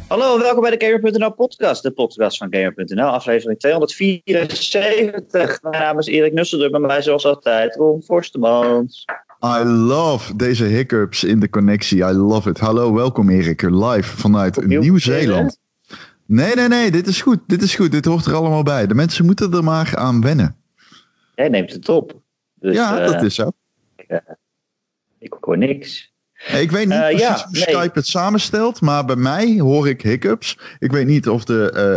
Hallo, welkom bij de Gamer.nl podcast, de podcast van Gamer.nl, aflevering 274. Mijn naam is Erik Nusselder, bij mij zoals altijd Ron Forstemans. I love deze hiccups in de connectie, I love it. Hallo, welkom Erik, live vanuit Nieuw-Zeeland. Nee, dit is goed, dit hoort er allemaal bij. De mensen moeten er maar aan wennen. Jij neemt het op. Dus, ja, dat is zo. Ik hoor niks. Ik weet niet precies hoe Skype het samenstelt, maar bij mij hoor ik hiccups. Ik weet niet of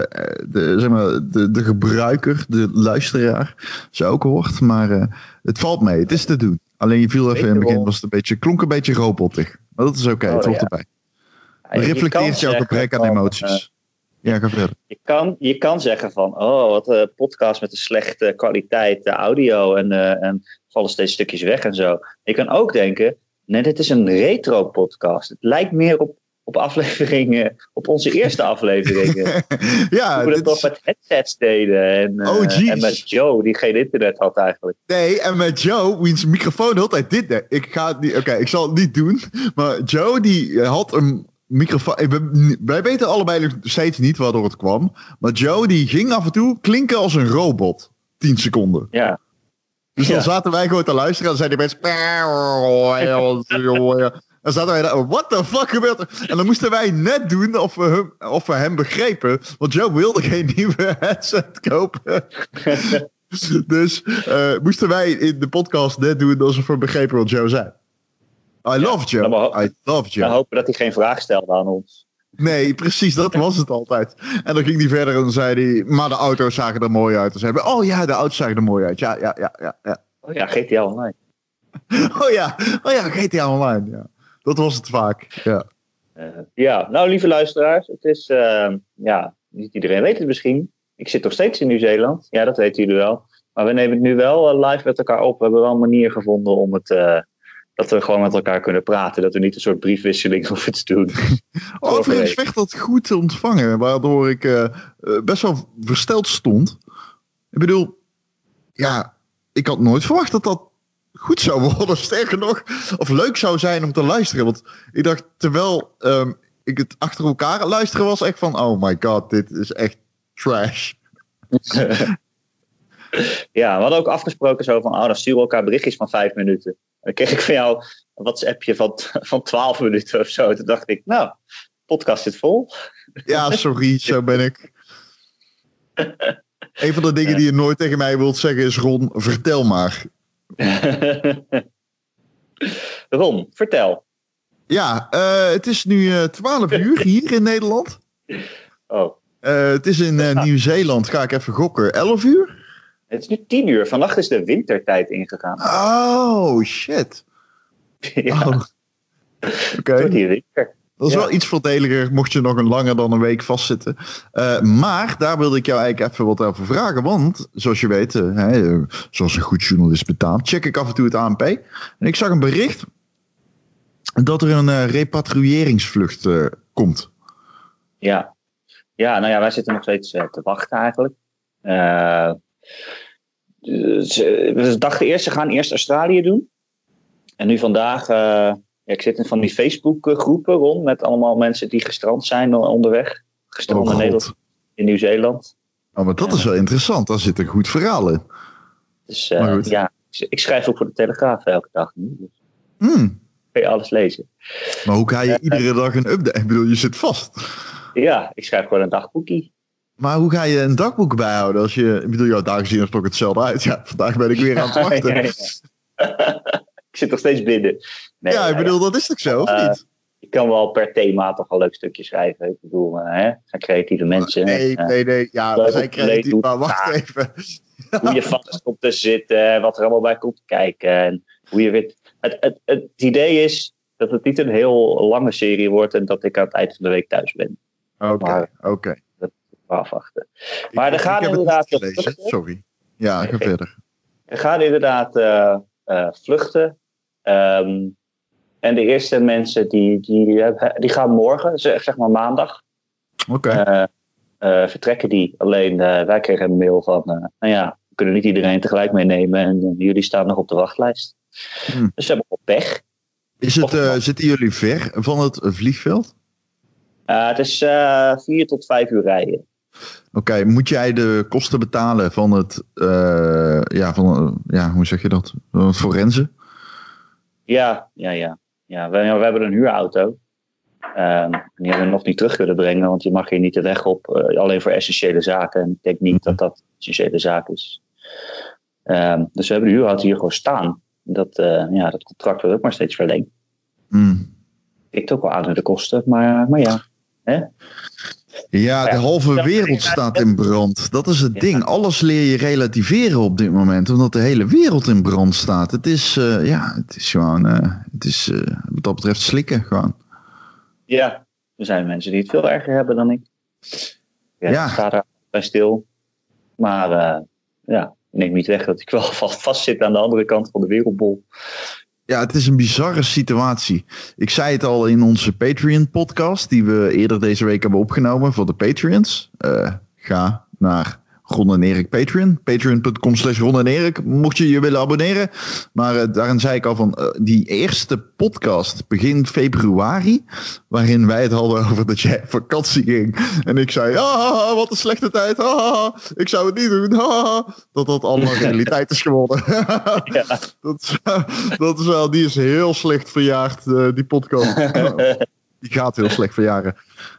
de gebruiker, de luisteraar, ze ook hoort, maar het valt mee. Het is te doen. Alleen je viel even in het begin, klonk een beetje robotig. Maar dat is oké, het hoort erbij. Het reflecteert jouw gebrek aan emoties. Ja, ga verder. Je kan zeggen van, wat een podcast met een slechte kwaliteit audio en vallen steeds stukjes weg en zo. Je kan ook denken, nee, dit is een retro podcast. Het lijkt meer op afleveringen, op onze eerste afleveringen. Ja, hoe we dat toch met headsets deden. En met Joe, die geen internet had eigenlijk. Nee, en met Joe, wiens microfoon de hele tijd dit. Ik zal het niet doen. Maar Joe, die had een microfoon. Wij weten allebei nog steeds niet waardoor het kwam. Maar Joe, die ging af en toe klinken als een robot. 10 seconden. Ja. Dus dan zaten wij gewoon te luisteren en dan zeiden die mensen. Dan zaten wij daar, what the fuck gebeurt er? En dan moesten wij net doen of we hem begrepen. Want Joe wilde geen nieuwe headset kopen. Dus moesten wij in de podcast net doen alsof we begrepen wat Joe zei. I love Joe. We hopen dat hij geen vraag stelde aan ons. Nee, precies, dat was het altijd. En dan ging hij verder en dan zei hij, maar de auto's zagen er mooi uit. En zeiden we, de auto's zagen er mooi uit. Ja. Oh ja, GTA Online. Oh ja, GTA Online, ja. Dat was het vaak, ja. Nou lieve luisteraars, het is, niet iedereen weet het misschien. Ik zit nog steeds in Nieuw-Zeeland. Ja, dat weten jullie wel. Maar we nemen het nu wel live met elkaar op. We hebben wel een manier gevonden om het... dat we gewoon met elkaar kunnen praten. Dat we niet een soort briefwisseling hoeven te doen. Overigens werd dat goed ontvangen. Waardoor ik best wel versteld stond. Ik bedoel... Ja, ik had nooit verwacht dat dat goed zou worden. Sterker nog, of leuk zou zijn om te luisteren. Want ik dacht, terwijl ik het achter elkaar luisteren was, echt van... Oh my god, dit is echt trash. Ja, we hadden ook afgesproken zo van... dan sturen we elkaar berichtjes van 5 minuten. Dan kreeg ik van jou een WhatsAppje van 12 minuten of zo. Toen dacht ik, podcast zit vol. Ja, sorry, zo ben ik. Een van de dingen die je nooit tegen mij wilt zeggen is... Ron, vertel maar. Ron, vertel. Ja, het is nu 12 uur hier in Nederland. Oh. Het is in Nieuw-Zeeland, ga ik even gokken, 11 uur? Het is nu 10 uur. Vannacht is de wintertijd ingegaan. Oh, shit. Ja. Oh. Oké. Winter. Dat is wel iets voordeliger, mocht je nog een langer dan een week vastzitten. Maar daar wilde ik jou eigenlijk even wat over vragen. Want, zoals je weet, zoals een goed journalist betaamt, check ik af en toe het ANP. En ik zag een bericht dat er een repatriëringsvlucht komt. Ja, wij zitten nog steeds te wachten eigenlijk. We dachten eerst, ze gaan eerst Australië doen. En nu vandaag... ik zit in van die Facebook-groepen rond met allemaal mensen die gestrand zijn onderweg. Gestrand in Nederland, in Nieuw-Zeeland. Oh, maar dat is wel interessant. Daar zit een goed verhaal in. Dus ik schrijf ook voor de Telegraaf elke dag. Dus kun je alles lezen. Maar hoe ga je iedere dag een update? Ik bedoel, je zit vast. Ja, ik schrijf gewoon een dagboekje. Maar hoe ga je een dagboek bijhouden? Ik bedoel, jouw dagen zien er toch hetzelfde uit. Ja, vandaag ben ik weer aan het wachten. Ik zit nog steeds binnen. Nee, ik bedoel, dat is toch zo, of niet? Ik kan wel per thema toch een leuk stukje schrijven. Ik bedoel, zijn creatieve mensen. Nee. Ja, we zijn creatief, maar wacht even. Hoe je vast komt te zitten, wat er allemaal bij komt kijken. En hoe je weer... Het idee is dat het niet een heel lange serie wordt en dat ik aan het eind van de week thuis ben. Oké. Dat moet ik afwachten. Maar er gaan inderdaad... Sorry. Ja, ga verder. Er gaan inderdaad vluchten. En de eerste mensen die gaan morgen, zeg maar maandag. Oké. Vertrekken die. Alleen wij kregen een mail van... we kunnen niet iedereen tegelijk meenemen. En jullie staan nog op de wachtlijst. Dus ze hebben wel pech. Zitten jullie ver van het vliegveld? Het is 4 tot 5 uur rijden. Oké, moet jij de kosten betalen van het, hoe zeg je dat? Van het forensen? Ja, we hebben een huurauto. Die hebben we nog niet terug kunnen brengen, want je mag hier niet de weg op. Alleen voor essentiële zaken. En ik denk niet dat dat essentiële zaak is. Dus we hebben de huurauto hier gewoon staan. Dat contract wordt ook maar steeds verlengd. Tikt ook wel aan de kosten, maar ja. Hè? Ja, de halve wereld staat in brand. Dat is het ding. Alles leer je relativeren op dit moment, omdat de hele wereld in brand staat. Het is gewoon, wat dat betreft slikken gewoon. Ja, er zijn mensen die het veel erger hebben dan ik. Ik sta daar bij stil. Maar neem niet weg dat ik wel vast zit aan de andere kant van de wereldbol. Ja, het is een bizarre situatie. Ik zei het al in onze Patreon-podcast, die we eerder deze week hebben opgenomen voor de Patreons. Ga naar Ron en Erik Patreon. Patreon.com/Ron en Erik, mocht je je willen abonneren. Maar daarin zei ik al van die eerste podcast begin februari, waarin wij het hadden over dat jij op vakantie ging. En ik zei, wat een slechte tijd. Ik zou het niet doen. Dat allemaal realiteit is geworden. Ja. Dat is wel, die is heel slecht verjaard, die podcast. Die gaat heel slecht verjaren.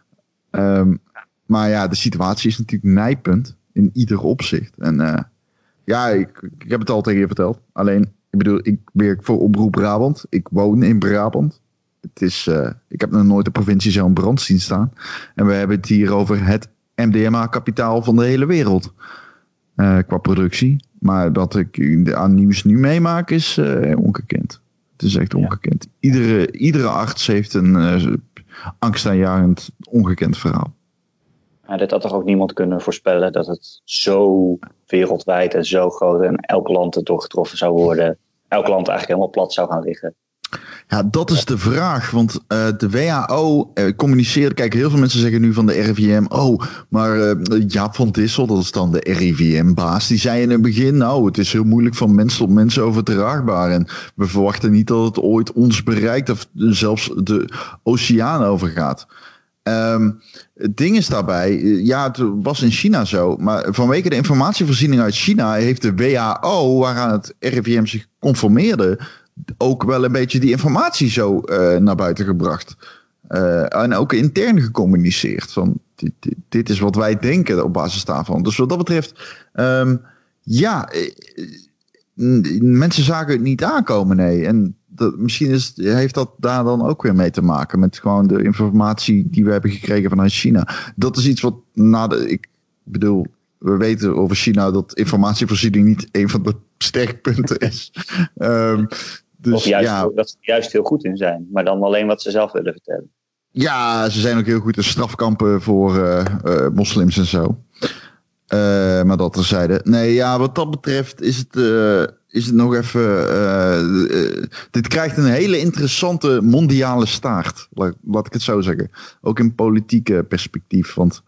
Maar ja, de situatie is natuurlijk nijpend. In ieder opzicht. En ik heb het al tegen je verteld. Alleen, ik bedoel, ik werk voor Omroep Brabant. Ik woon in Brabant. Het is, ik heb nog nooit de provincie zo in brand zien staan. En we hebben het hier over het MDMA-kapitaal van de hele wereld. Qua productie. Maar dat ik aan nieuws nu meemaak is ongekend. Het is echt ongekend. Iedere arts heeft een angstaanjagend ongekend verhaal. Dit had toch ook niemand kunnen voorspellen dat het zo wereldwijd en zo groot en elk land het door getroffen zou worden. Elk land eigenlijk helemaal plat zou gaan liggen. Ja, dat is de vraag. Want de WHO communiceert. Kijk, heel veel mensen zeggen nu van de RIVM. Maar Jaap van Dissel, dat is dan de RIVM-baas. Die zei in het begin, het is heel moeilijk van mens tot mens overdraagbaar. En we verwachten niet dat het ooit ons bereikt of zelfs de oceaan overgaat. Het ding is daarbij, het was in China zo, maar vanwege de informatievoorziening uit China heeft de WHO, waaraan het RIVM zich conformeerde, ook wel een beetje die informatie zo naar buiten gebracht. En ook intern gecommuniceerd. Van dit is wat wij denken op basis daarvan. Dus wat dat betreft, mensen zagen het niet aankomen, nee. En misschien heeft dat daar dan ook weer mee te maken met gewoon de informatie die we hebben gekregen vanuit China. Dat is iets wat we weten over China dat informatievoorziening niet een van de sterkpunten is. Dus, of juist dat ze er juist heel goed in zijn, maar dan alleen wat ze zelf willen vertellen. Ja, ze zijn ook heel goed in strafkampen voor moslims en zo. Maar dat terzijde. Nee, wat dat betreft is het nog even. Dit krijgt een hele interessante mondiale staart. Laat ik het zo zeggen. Ook in politieke perspectief. Want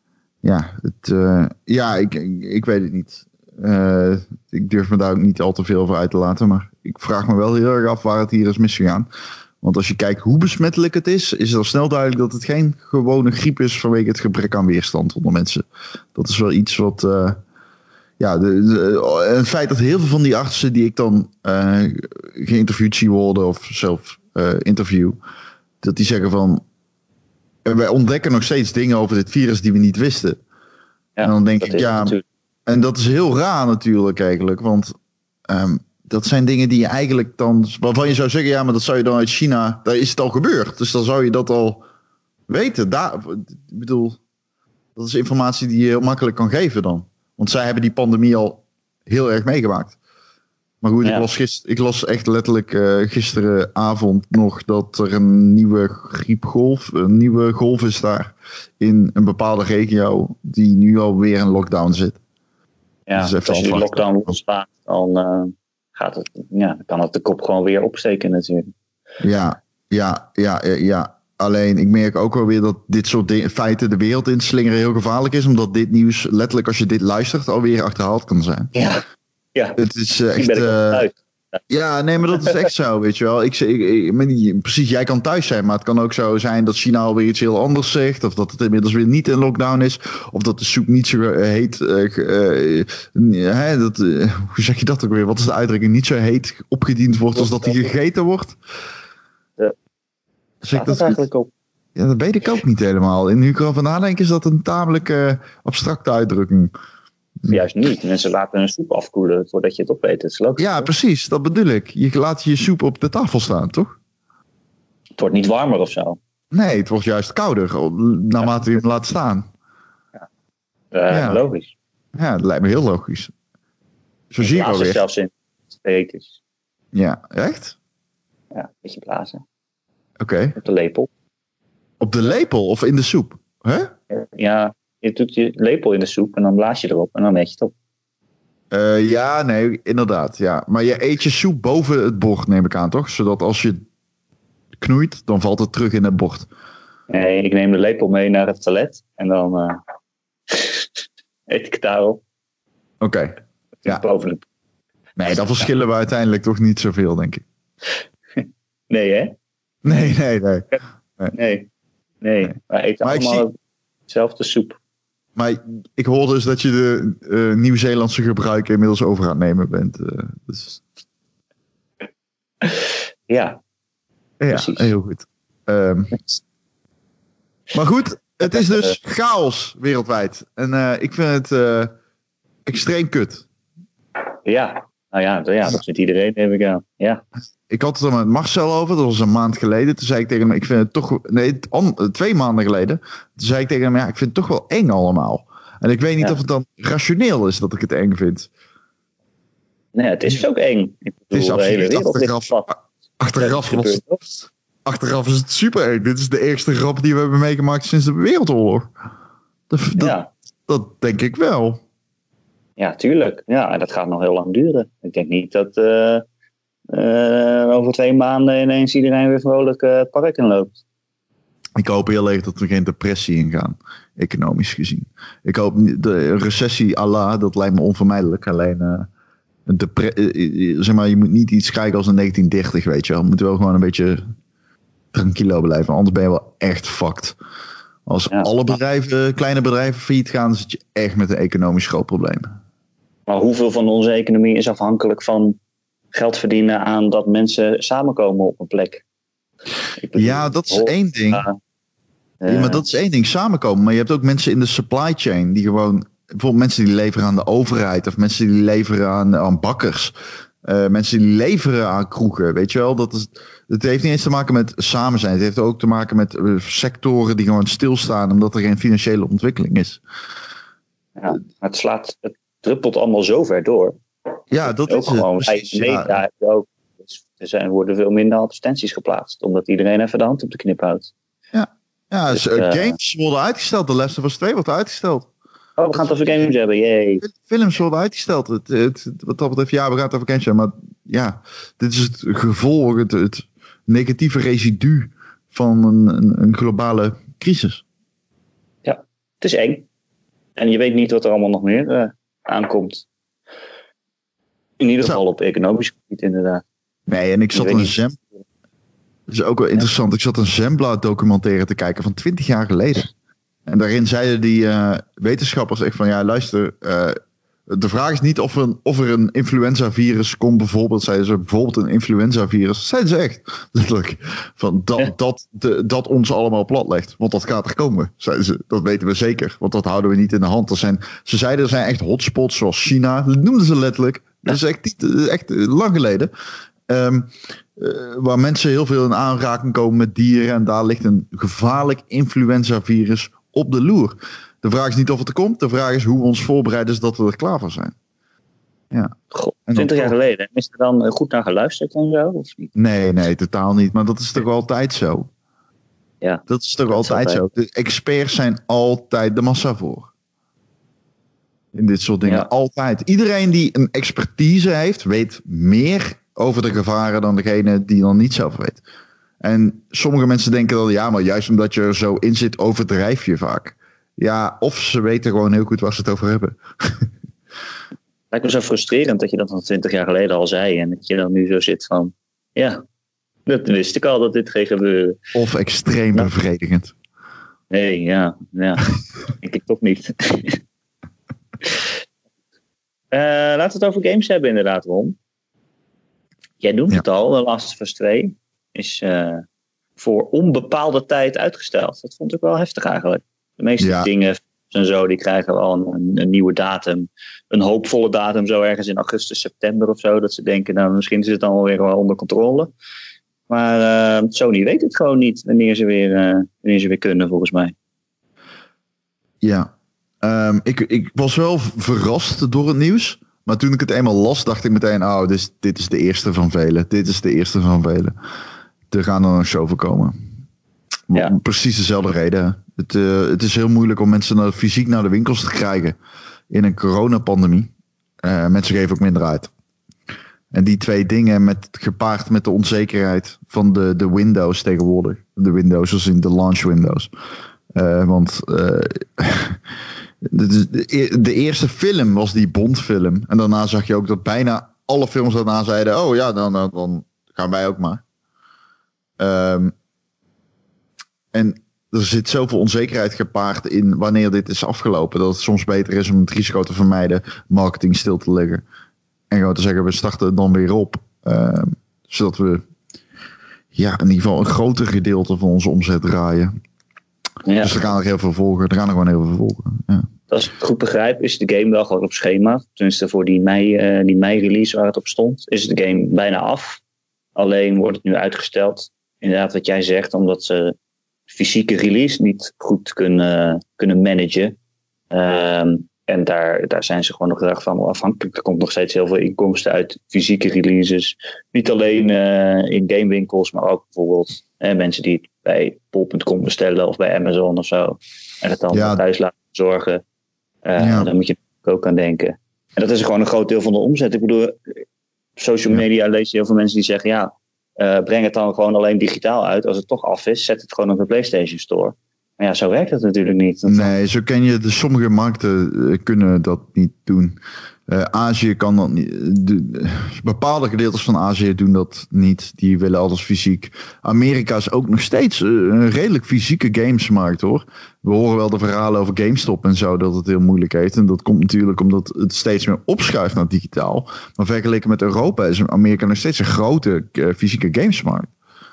ik weet het niet. Ik durf me daar ook niet al te veel over uit te laten. Maar ik vraag me wel heel erg af waar het hier is misgegaan. Want als je kijkt hoe besmettelijk het is al snel duidelijk dat het geen gewone griep is vanwege het gebrek aan weerstand onder mensen. Dat is wel iets wat, het feit dat heel veel van die artsen die ik dan geïnterviewd zie worden of zelf interview, dat die zeggen van, wij ontdekken nog steeds dingen over dit virus die we niet wisten. Ja, en dan denk ik, natuurlijk. En dat is heel raar natuurlijk eigenlijk, want dat zijn dingen die je eigenlijk dan, waarvan je zou zeggen, maar dat zou je dan uit China, daar is het al gebeurd. Dus dan zou je dat al weten. Ik bedoel, dat is informatie die je heel makkelijk kan geven dan. Want zij hebben die pandemie al heel erg meegemaakt. Maar goed, ik las echt letterlijk gisteravond nog dat er een nieuwe griepgolf, een nieuwe golf is daar in een bepaalde regio die nu alweer in lockdown zit. Ja, dus als je die lockdown loslaat, dan kan het de kop gewoon weer opsteken natuurlijk. Ja. Alleen, ik merk ook wel weer dat dit soort feiten de wereld in slingeren heel gevaarlijk is. Omdat dit nieuws, letterlijk als je dit luistert, alweer achterhaald kan zijn. Ja. Het is echt... Ja, nee, maar dat is echt zo, weet je wel. Precies, jij kan thuis zijn, maar het kan ook zo zijn dat China alweer iets heel anders zegt. Of dat het inmiddels weer niet in lockdown is. Of dat de soep niet zo heet. Hoe zeg je dat ook weer? Wat is de uitdrukking? Niet zo heet opgediend wordt als dat die gegeten wordt. Ja. Zeg dat eigenlijk op? Ja, dat weet ik ook niet helemaal. En nu ik erover nadenk, is dat een tamelijk abstracte uitdrukking. Juist niet. Mensen laten hun soep afkoelen voordat je het opeet. Dat is logisch. Ja, precies. Dat bedoel ik. Je laat je soep op de tafel staan, toch? Het wordt niet warmer of zo. Nee, het wordt juist kouder naarmate je hem laat staan. Ja. Logisch. Ja, dat lijkt me heel logisch. Zo zie je alweer. Blazen zelfs in steekjes. Ja, echt? Ja, een beetje blazen. Oké. Op de lepel. Op de lepel of in de soep? Hè? Ja, je doet je lepel in de soep en dan blaas je erop en dan eet je het op. Ja, nee, inderdaad. Ja. Maar je eet je soep boven het bord, neem ik aan, toch? Zodat als je knoeit, dan valt het terug in het bord. Nee, ik neem de lepel mee naar het toilet en dan eet ik het daarop. Oké. Ja. Boven het... Nee, dan verschillen we uiteindelijk toch niet zoveel, denk ik. Nee, hè? Nee. Nee. Wij eten allemaal hetzelfde soep. Maar ik hoor dus dat je de Nieuw-Zeelandse gebruiken inmiddels over aan het nemen bent. Dus... Ja, precies. Heel goed. Maar goed, het is dus chaos wereldwijd. En ik vind het extreem kut. Ja, nou ja, dat vindt iedereen, neem ik aan. Ja. Ik had het er met Marcel over, dat was een maand geleden. Toen zei ik tegen hem, ik vind het toch... Nee, 2 maanden geleden. Toen zei ik tegen hem, ik vind het toch wel eng allemaal. En ik weet niet of het dan rationeel is dat ik het eng vind. Nee, het is ook eng. Het is absoluut achteraf is het super eng. Dit is de eerste grap die we hebben meegemaakt sinds de Wereldoorlog. Dat denk ik wel. Ja, tuurlijk. Ja, en dat gaat nog heel lang duren. Ik denk niet dat over 2 maanden ineens iedereen weer vrolijk het park in loopt. Ik hoop heel erg dat we geen depressie ingaan, economisch gezien. Ik hoop de recessie Allah, dat lijkt me onvermijdelijk. Alleen zeg maar, je moet niet iets kijken als een 1930, weet je wel. Je moet wel gewoon een beetje tranquilo blijven, anders ben je wel echt fucked. Als alle bedrijven, kleine bedrijven failliet gaan, dan zit je echt met een economisch groot probleem. Maar hoeveel van onze economie is afhankelijk van geld verdienen aan dat mensen samenkomen op een plek? Ja, dat is één ding. Ja, maar dat is één ding, samenkomen. Maar je hebt ook mensen in de supply chain die gewoon... Bijvoorbeeld mensen die leveren aan de overheid. Of mensen die leveren aan bakkers. Mensen die leveren aan kroegen. Weet je wel, het heeft niet eens te maken met samen zijn. Het heeft ook te maken met sectoren die gewoon stilstaan. Omdat er geen financiële ontwikkeling is. Ja, het druppelt allemaal zo ver door. Ja, dat ook is gewoon. Er worden veel minder advertenties geplaatst. Omdat iedereen even de hand op de knip houdt. Ja, dus, games worden uitgesteld. The Last of Us 2 wordt uitgesteld. Oh, we gaan het over games hebben, yay. Films worden uitgesteld. Wat dat betreft, ja, we gaan het over games hebben. Maar ja, dit is het gevolg, het negatieve residu van een globale crisis. Ja, het is eng. En je weet niet wat er allemaal nog meer aankomt. In ieder geval op economisch gebied, inderdaad. Nee, en ik zat dat is ook wel interessant. Ik zat een Zembla documentaire te kijken van 20 jaar geleden. En daarin zeiden die wetenschappers echt van... Ja, luister, de vraag is niet of er een influenza-virus komt. Bijvoorbeeld, zeiden ze, een influenza-virus. Zeiden ze echt, letterlijk. Van dat ons allemaal platlegt. Want dat gaat er komen, zeiden ze. Dat weten we zeker. Want dat houden we niet in de hand. Ze zeiden, er zijn echt hotspots zoals China. Dat noemden ze letterlijk. Dat is echt lang geleden. Waar mensen heel veel in aanraking komen met dieren. En daar ligt een gevaarlijk influenza-virus op de loer. De vraag is niet of het er komt. De vraag is hoe we ons voorbereiden zodat we er klaar voor zijn. Ja. God, 20 jaar geleden. Is er dan goed naar geluisterd en zo? Of niet? Nee, totaal niet. Maar dat is toch altijd zo? Ja. Dat is toch altijd zo? De experts zijn altijd de massa voor. In dit soort dingen. Ja. Altijd. Iedereen die een expertise heeft, weet meer over de gevaren dan degene die dan niet zelf weet. En sommige mensen denken dan, ja, maar juist omdat je er zo in zit, overdrijf je vaak. Ja, of ze weten gewoon heel goed waar ze het over hebben. lijkt me zo frustrerend dat je dat al 20 jaar geleden al zei. En dat je dan nu zo zit van... Ja, dat wist ik al dat dit ging gebeuren. Of extreem bevredigend. Nee, ja. Denk ik toch niet. Laten we het over games hebben inderdaad, Ron. Jij noemt het al, The Last of Us 2 is voor onbepaalde tijd uitgesteld. Dat vond ik wel heftig eigenlijk. De meeste dingen en zo, die krijgen wel een nieuwe datum. Een hoopvolle datum, zo ergens in augustus, september of zo. Dat ze denken, nou misschien is het dan alweer wel onder controle. Maar Sony weet het gewoon niet wanneer ze weer kunnen, volgens mij. Ja, ik was wel verrast door het nieuws. Maar toen ik het eenmaal las, dacht ik meteen... dit is de eerste van velen. Dit is de eerste van velen. Er gaan er nog show voor komen. Ja. Precies dezelfde reden. Het is heel moeilijk om mensen fysiek naar de winkels te krijgen. In een coronapandemie. Mensen geven ook minder uit. En die twee dingen gepaard met de onzekerheid van de Windows tegenwoordig. De Windows als in de launch Windows. De eerste film was die Bond-film. En daarna zag je ook dat bijna alle films daarna zeiden... dan gaan wij ook maar. En er zit zoveel onzekerheid gepaard in wanneer dit is afgelopen... dat het soms beter is om het risico te vermijden... marketing stil te leggen. En gewoon te zeggen, we starten het dan weer op. Zodat we in ieder geval een groter gedeelte van onze omzet draaien. Ja. Dus er gaan er heel veel volgen. Er gaan er gewoon heel veel volgen. Ja. Als ik het goed begrijp, is de game wel gewoon op schema. Tenminste voor die mei-release waar het op stond, is de game bijna af. Alleen wordt het nu uitgesteld. Inderdaad wat jij zegt, omdat ze fysieke release niet goed kunnen managen. En daar zijn ze gewoon nog heel erg van afhankelijk. Er komt nog steeds heel veel inkomsten uit fysieke releases. Niet alleen in gamewinkels, maar ook bijvoorbeeld mensen die het bij bol.com bestellen of bij Amazon of zo. En het dan thuis laten zorgen. Daar moet je ook aan denken. En dat is gewoon een groot deel van de omzet. Ik bedoel, op social media lees je heel veel mensen die zeggen... breng het dan gewoon alleen digitaal uit. Als het toch af is, zet het gewoon op de PlayStation Store. Maar ja, zo werkt het natuurlijk niet. Nee, zo ken je... Sommige markten kunnen dat niet doen. Azië kan dat niet. Bepaalde gedeeltes van Azië doen dat niet. Die willen alles fysiek. Amerika is ook nog steeds een redelijk fysieke gamesmarkt, hoor. We horen wel de verhalen over GameStop en zo, dat het heel moeilijk heeft. En dat komt natuurlijk omdat het steeds meer opschuift naar digitaal. Maar vergeleken met Europa is Amerika nog steeds een grote fysieke gamesmarkt.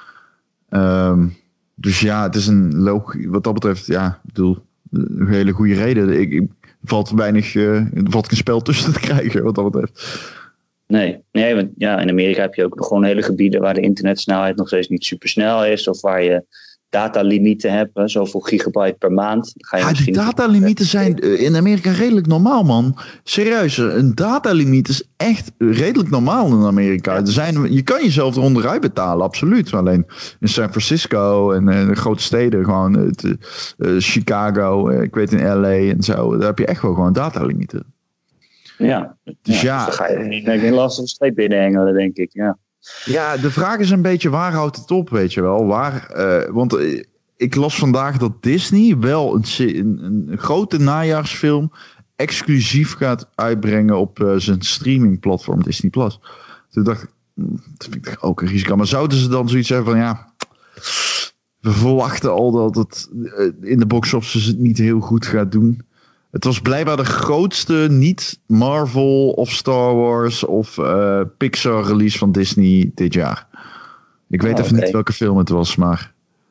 Dus ja, het is wat dat betreft, een hele goede reden. Er valt geen spel tussen te krijgen, wat dat betreft. Nee, want in Amerika heb je ook nog gewoon hele gebieden waar de internetsnelheid nog steeds niet super snel is. Of waar je datalimieten hebt, zoveel gigabyte per maand. Die datalimieten zijn in Amerika redelijk normaal, man. Serieus, een datalimiet is echt redelijk normaal in Amerika. Je kan jezelf eronderuit betalen, absoluut. Alleen in San Francisco en de grote steden, gewoon Chicago, ik weet in LA en zo, daar heb je echt wel gewoon datalimieten. Ja, dus dan ga je niet in Last of Us 2 binnenhengelen, denk ik, Ja, de vraag is een beetje, waar houdt het op, weet je wel? Want ik las vandaag dat Disney wel een grote najaarsfilm exclusief gaat uitbrengen op zijn streamingplatform Disney+. Toen dacht ik, dat vind ik ook een risico. Maar zouden ze dan zoiets hebben van, we verwachten al dat het in de box-office het niet heel goed gaat doen. Het was blijkbaar de grootste niet-Marvel of Star Wars of Pixar release van Disney dit jaar. Ik weet even niet welke film het was, maar...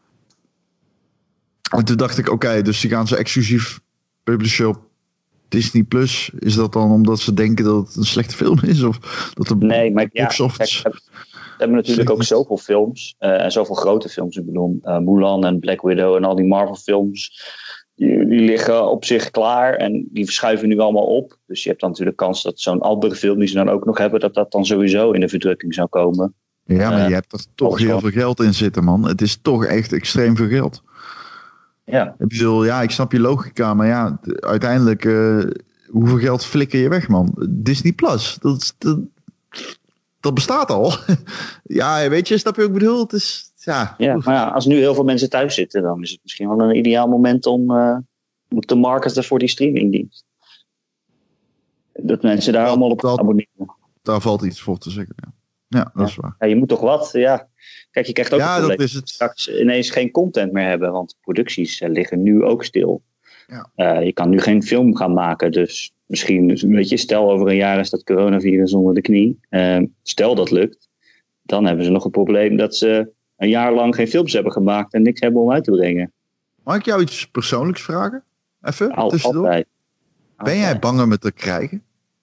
En toen dacht ik, dus die gaan ze exclusief publishen op Disney+. Is dat dan omdat ze denken dat het een slechte film is? Of dat de box-office... We hebben natuurlijk ook zoveel films. En zoveel grote films. Ik bedoel, Mulan en Black Widow en al die Marvel films... Die liggen op zich klaar en die verschuiven nu allemaal op. Dus je hebt dan natuurlijk kans dat zo'n andere film die ze dan ook nog hebben... dat dan sowieso in de verdrukking zou komen. Ja, maar je hebt er toch heel veel geld in zitten, man. Het is toch echt extreem veel geld. Ja. Ik bedoel, ik snap je logica, maar uiteindelijk... hoeveel geld flikker je weg, man? Disney Plus, dat bestaat al. Weet je, snap je wat ik bedoel? Het is... Maar als nu heel veel mensen thuis zitten, dan is het misschien wel een ideaal moment om te marketen voor die streamingdienst. Dat mensen daar allemaal op abonneren. Daar valt iets voor te zeggen, ja, dat is waar. Ja, je moet toch wat, ja. Kijk, je krijgt ook een probleem dat is het. Straks ineens geen content meer hebben, want producties liggen nu ook stil. Ja. Je kan nu geen film gaan maken, dus misschien, weet je, stel over een jaar is dat coronavirus onder de knie. Stel dat lukt, dan hebben ze nog het probleem dat ze een jaar lang geen films hebben gemaakt en niks hebben om uit te brengen. Mag ik jou iets persoonlijks vragen? Even tussendoor. Altijd. Ben jij bang om het te krijgen?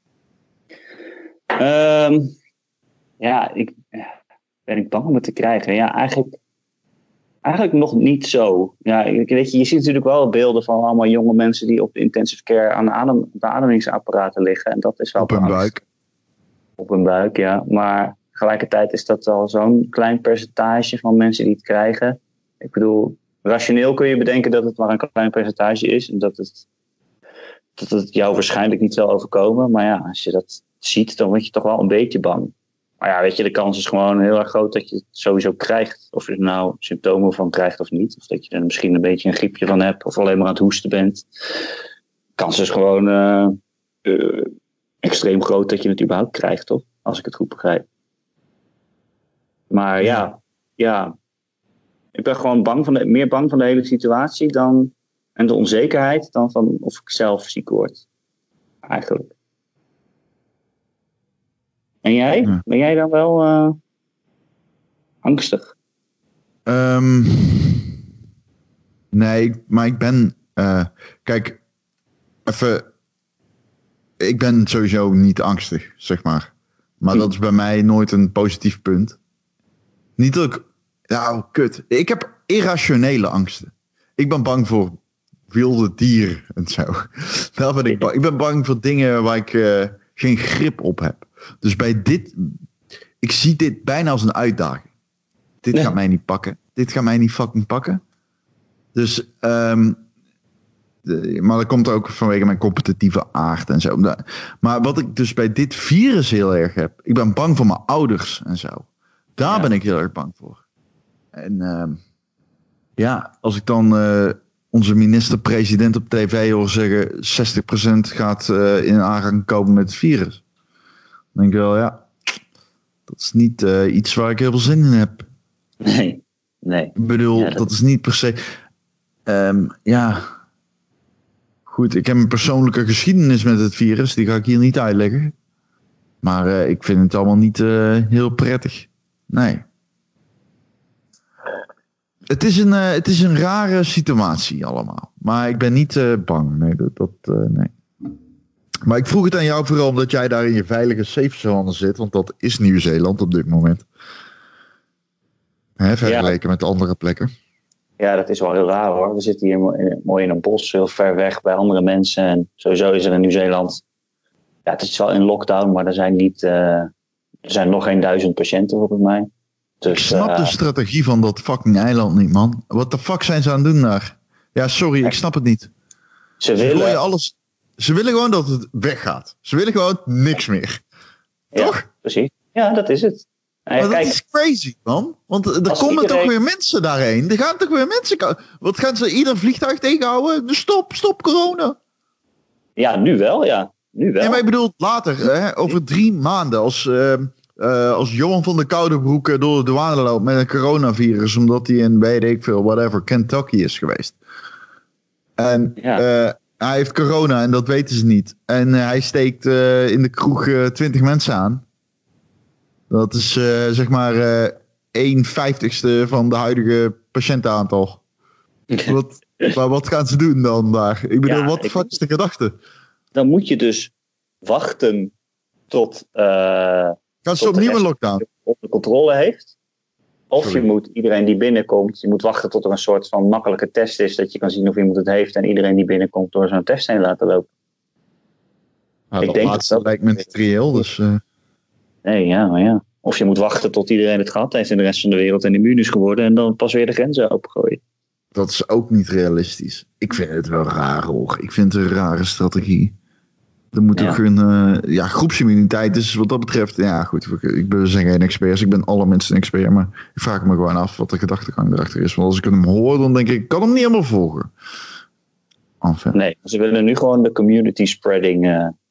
Ben ik bang om het te krijgen? Ja, eigenlijk nog niet zo. Ja, weet je ziet natuurlijk wel beelden van allemaal jonge mensen die op de intensive care aan de ademingsapparaten liggen. En dat is wel op hun buik. Op hun buik, ja. Maar tegelijkertijd is dat al zo'n klein percentage van mensen die het krijgen. Ik bedoel, rationeel kun je bedenken dat het maar een klein percentage is. En dat het jou waarschijnlijk niet zal overkomen. Maar ja, als je dat ziet, dan word je toch wel een beetje bang. Maar ja, weet je, de kans is gewoon heel erg groot dat je het sowieso krijgt. Of je er nou symptomen van krijgt of niet. Of dat je er misschien een beetje een griepje van hebt. Of alleen maar aan het hoesten bent. De kans is gewoon extreem groot dat je het überhaupt krijgt, toch? Als ik het goed begrijp. Maar ja. Ik ben gewoon meer bang van de hele situatie en de onzekerheid dan van of ik zelf ziek word. Eigenlijk. En jij? Ja. Ben jij dan wel angstig? Nee, maar ik ben... kijk, even... Ik ben sowieso niet angstig, zeg maar. Maar dat is bij mij nooit een positief punt. Niet dat ik... Nou, kut. Ik heb irrationele angsten. Ik ben bang voor wilde dieren en zo. Daar ben ik bang. Ik ben bang voor dingen waar ik geen grip op heb. Dus bij dit... Ik zie dit bijna als een uitdaging. Dit gaat mij niet pakken. Dit gaat mij niet fucking pakken. Dus... maar dat komt ook vanwege mijn competitieve aard en zo. Maar wat ik dus bij dit virus heel erg heb... Ik ben bang voor mijn ouders en zo. Daar ben ik heel erg bang voor. En als ik dan onze minister-president op tv hoor zeggen... 60% gaat in aanraking komen met het virus. Dan denk ik wel, dat is niet iets waar ik heel veel zin in heb. Nee. Ik bedoel, dat is niet per se... Goed, ik heb een persoonlijke geschiedenis met het virus. Die ga ik hier niet uitleggen. Maar ik vind het allemaal niet heel prettig. Nee. Het is een rare situatie allemaal. Maar ik ben niet bang. Nee, nee. Maar ik vroeg het aan jou vooral omdat jij daar in je veilige safe zone zit. Want dat is Nieuw-Zeeland op dit moment. Vergeleken met andere plekken. Ja, dat is wel heel raar hoor. We zitten hier mooi in een bos, heel ver weg bij andere mensen. En sowieso is er in Nieuw-Zeeland... Ja, het is wel in lockdown, maar er zijn nog geen 1000 patiënten volgens mij. Dus, ik snap de strategie van dat fucking eiland niet, man. Wat de fuck zijn ze aan het doen daar? Ja, sorry, ik snap het niet. Ze willen gewoon dat het weggaat. Ze willen gewoon niks meer. Toch? Ja, precies. Ja, dat is het. Maar dat is crazy, man. Want er komen toch weer mensen daarheen. Er gaan toch weer mensen... Wat gaan ze ieder vliegtuig tegenhouden? Stop corona. Ja, nu wel, ja. Nee, maar ik bedoel later, over 3 maanden... Als Johan van der Koudebroek door de douane loopt met een coronavirus... omdat hij in, weet ik veel, whatever, Kentucky is geweest. En hij heeft corona en dat weten ze niet. En hij steekt in de kroeg 20 mensen aan... Dat is zeg maar 1/50ste van de huidige patiëntenaantal. Wat gaan ze doen dan daar? Ik bedoel, wat de fuck is de gedachte? Dan moet je dus wachten tot... gaan ze opnieuw een lockdown? Op de controle heeft. Of je moet iedereen die binnenkomt... Je moet wachten tot er een soort van makkelijke test is... dat je kan zien of iemand het heeft... en iedereen die binnenkomt door zo'n test heen laten lopen. Ik denk dat lijkt me niet reëel, dus... Nee, maar ja. Of je moet wachten tot iedereen het gehad heeft in de rest van de wereld en immuun is geworden en dan pas weer de grenzen opengooien. Dat is ook niet realistisch. Ik vind het wel raar hoor. Ik vind het een rare strategie. Er moet ook een groepsimmuniteit. Dus wat dat betreft, ja goed. We zijn geen experts. Ik ben allerminst een expert. Maar ik vraag me gewoon af wat de gedachtegang erachter is. Want als ik hem hoor, dan denk ik kan hem niet helemaal volgen. Enfin. Nee, ze willen nu gewoon de community spreading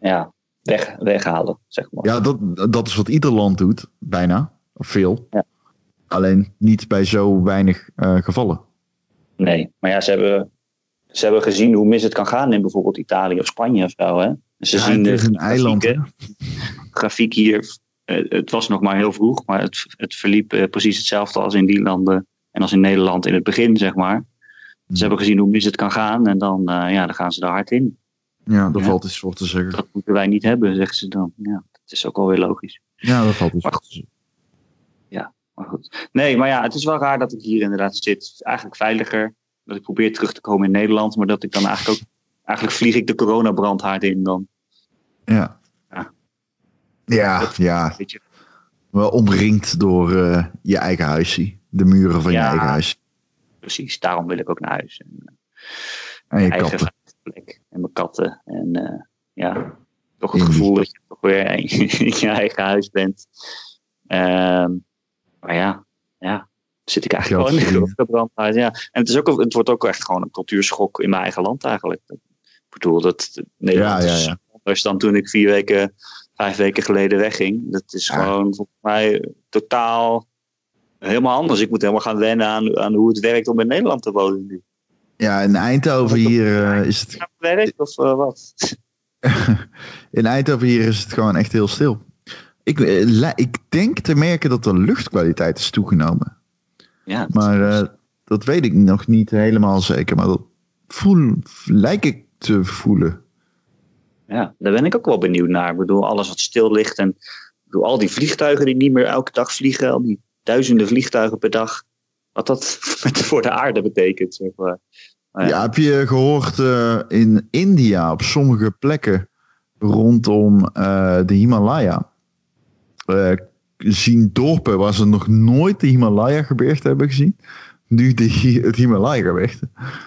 weghalen, zeg maar. Ja, dat is wat ieder land doet, bijna. Of veel. Ja. Alleen niet bij zo weinig gevallen. Nee, maar ja, ze hebben gezien hoe mis het kan gaan in bijvoorbeeld Italië of Spanje of zo. Hè? Ze zien het is een eiland, hè? Grafiek hier. Het was nog maar heel vroeg, maar het verliep precies hetzelfde als in die landen en als in Nederland in het begin, zeg maar. Ze hebben gezien hoe mis het kan gaan en dan gaan ze er hard in. Ja, daar valt iets voor te zeggen. Dat moeten wij niet hebben, zeggen ze dan. Ja, dat is ook alweer logisch. Ja, dat valt iets voor te zeggen. Ja, maar goed. Nee, maar ja, het is wel raar dat ik hier inderdaad zit. Het is eigenlijk veiliger dat ik probeer terug te komen in Nederland, maar dat ik dan eigenlijk vlieg ik de coronabrandhaard in dan. Ja. Ja. Wel omringd door je eigen huisje. De muren van je eigen huis. Precies, daarom wil ik ook naar huis. En je eigen katten. Plek. En mijn katten. En toch het gevoel dat je toch weer in je eigen huis bent. Maar ja, zit ik eigenlijk wel in de brandhaard. Ja. En het wordt ook echt gewoon een cultuurschok in mijn eigen land eigenlijk. Ik bedoel, dat Nederland is anders dan toen ik 5 weken geleden wegging. Dat is gewoon volgens mij totaal helemaal anders. Ik moet helemaal gaan wennen aan hoe het werkt om in Nederland te wonen nu. Ja, in Eindhoven hier is het... Werk of wat? In Eindhoven hier is het gewoon echt heel stil. Ik denk te merken dat de luchtkwaliteit is toegenomen. Ja, maar dat weet ik nog niet helemaal zeker. Maar dat lijkt ik te voelen. Ja, daar ben ik ook wel benieuwd naar. Ik bedoel, alles wat stil ligt. En al die vliegtuigen die niet meer elke dag vliegen. Al die duizenden vliegtuigen per dag. Wat dat voor de aarde betekent. Zeg maar. Ja, heb je gehoord in India op sommige plekken rondom de Himalaya. Zien dorpen waar ze nog nooit de Himalaya-gebergte hebben gezien. Nu het Himalaya-gebergte.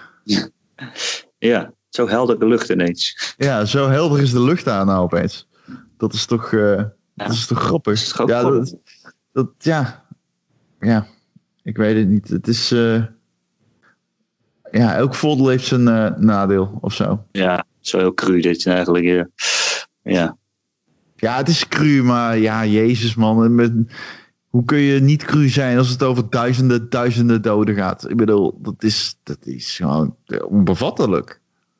Ja, zo helder de lucht ineens. Ja, zo helder is de lucht daar nou opeens. Dat is toch, dat is toch grappig? Ja, ik weet het niet. Het is... elk voordeel heeft zijn nadeel of zo. Ja, zo heel cru dit eigenlijk. Ja. Ja, het is cru, maar ja, jezus man. Hoe kun je niet cru zijn als het over duizenden doden gaat? Ik bedoel, dat is gewoon onbevattelijk.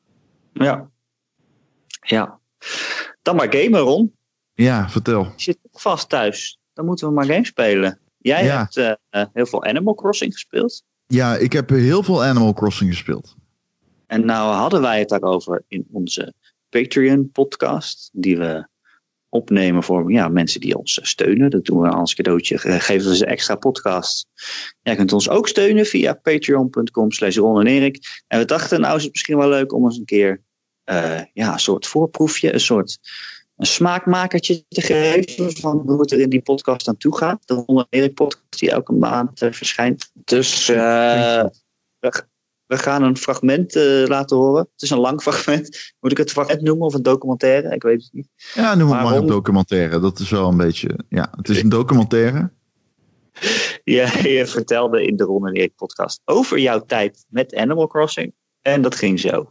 Ja. Dan maar gamen, Ron. Ja, vertel. Je zit vast thuis. Dan moeten we maar games spelen. Jij hebt heel veel Animal Crossing gespeeld. Ja, ik heb heel veel Animal Crossing gespeeld. En nou hadden wij het daarover in onze Patreon-podcast, die we opnemen voor mensen die ons steunen. Dat doen we als cadeautje. Geven we ze extra podcast. Jij kunt ons ook steunen via patreon.com/Ron en Erik. En we dachten, nou is het misschien wel leuk om eens een keer een soort voorproefje, een smaakmakertje te geven van hoe het er in die podcast aan toe gaat. De Ron en Erik podcast die elke maand verschijnt. Dus we gaan een fragment laten horen. Het is een lang fragment. Moet ik het fragment noemen of een documentaire? Ik weet het niet. Ja, noem het maar een documentaire. Dat is wel een beetje... Ja, het is een documentaire. Je vertelde in de Ron en Erik podcast over jouw tijd met Animal Crossing. En dat ging zo.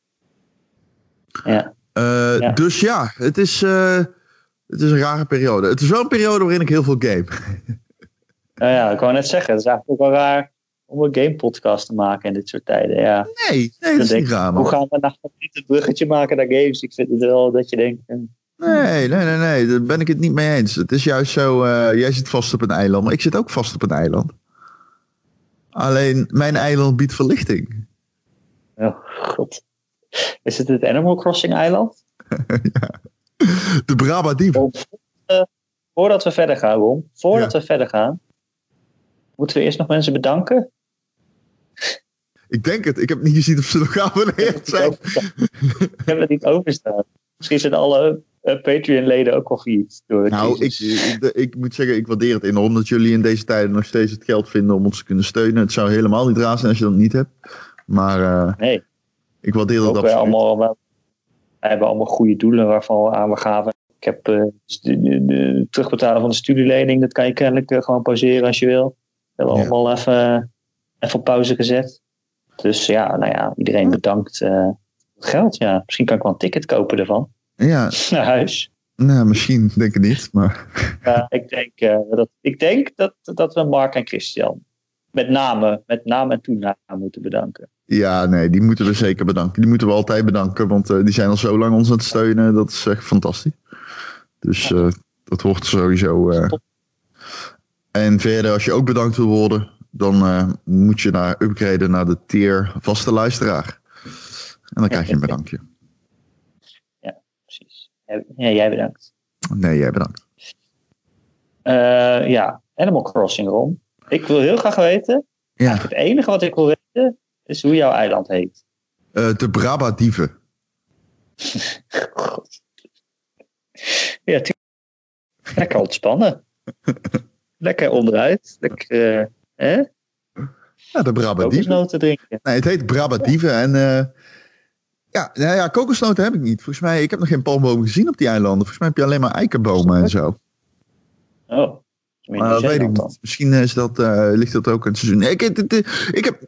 Ja. Dus ja, het is een rare periode. Het is wel een periode waarin ik heel veel game. Nou ja, ik wou net zeggen. Het is eigenlijk ook wel raar om een gamepodcast te maken in dit soort tijden. Ja. Nee, dat is niet raar, man. Hoe gaan we nou niet het bruggetje maken naar games? Ik vind het wel dat je denkt... Nee, daar ben ik het niet mee eens. Het is juist zo, jij zit vast op een eiland, maar ik zit ook vast op een eiland. Alleen, mijn eiland biedt verlichting. Oh, god. Is het Animal Crossing eiland? Ja. De Brabadief. Voordat we verder gaan, Ron. We verder gaan, moeten we eerst nog mensen bedanken? Ik denk het. Ik heb niet gezien of ze nog geabonneerd zijn. Ik heb het niet overstaan. Misschien zijn alle Patreon-leden ook al failliet. Nou, ik moet zeggen, ik waardeer het enorm dat jullie in deze tijden nog steeds het geld vinden om ons te kunnen steunen. Het zou helemaal niet raar zijn als je dat niet hebt. Maar nee. Ik waardeer dat absoluut. Wij hebben allemaal goede doelen waarvan we aan gaven. Ik heb de terugbetalen van de studielening. Dat kan je kennelijk gewoon pauzeren als je wil. We hebben allemaal even op pauze gezet. Dus iedereen bedankt. Het geld, ja. Misschien kan ik wel een ticket kopen ervan. Ja. Naar huis. Nou, misschien denk ik niet, maar... Ja, ik denk dat we Mark en Christian met naam en toenaam moeten bedanken. Ja, nee, die moeten we zeker bedanken. Die moeten we altijd bedanken, want die zijn al zo lang ons aan het steunen. Dat is echt fantastisch. Dus dat hoort sowieso. En verder, als je ook bedankt wil worden, dan moet je upgraden naar de tier vaste luisteraar. En dan krijg je een bedankje. Ja, precies. Ja, jij bedankt. Nee, jij bedankt. Ja, Animal Crossing, Ron. Ik wil heel graag weten. Ja. Het enige wat ik wil weten is hoe jouw eiland heet. De Brabadieven. God. Ja, lekker ontspannen. Lekker onderuit. Lekker, hè? Ja, de Brabadieven. Kokosnoten drinken. Nee, het heet Brabadieven. En kokosnoten heb ik niet. Volgens mij, ik heb nog geen palmbomen gezien op die eilanden. Volgens mij heb je alleen maar eikenbomen en zo. Oh. Maar dat weet ik niet. Misschien is ligt dat ook in het seizoen. Nee, ik heb...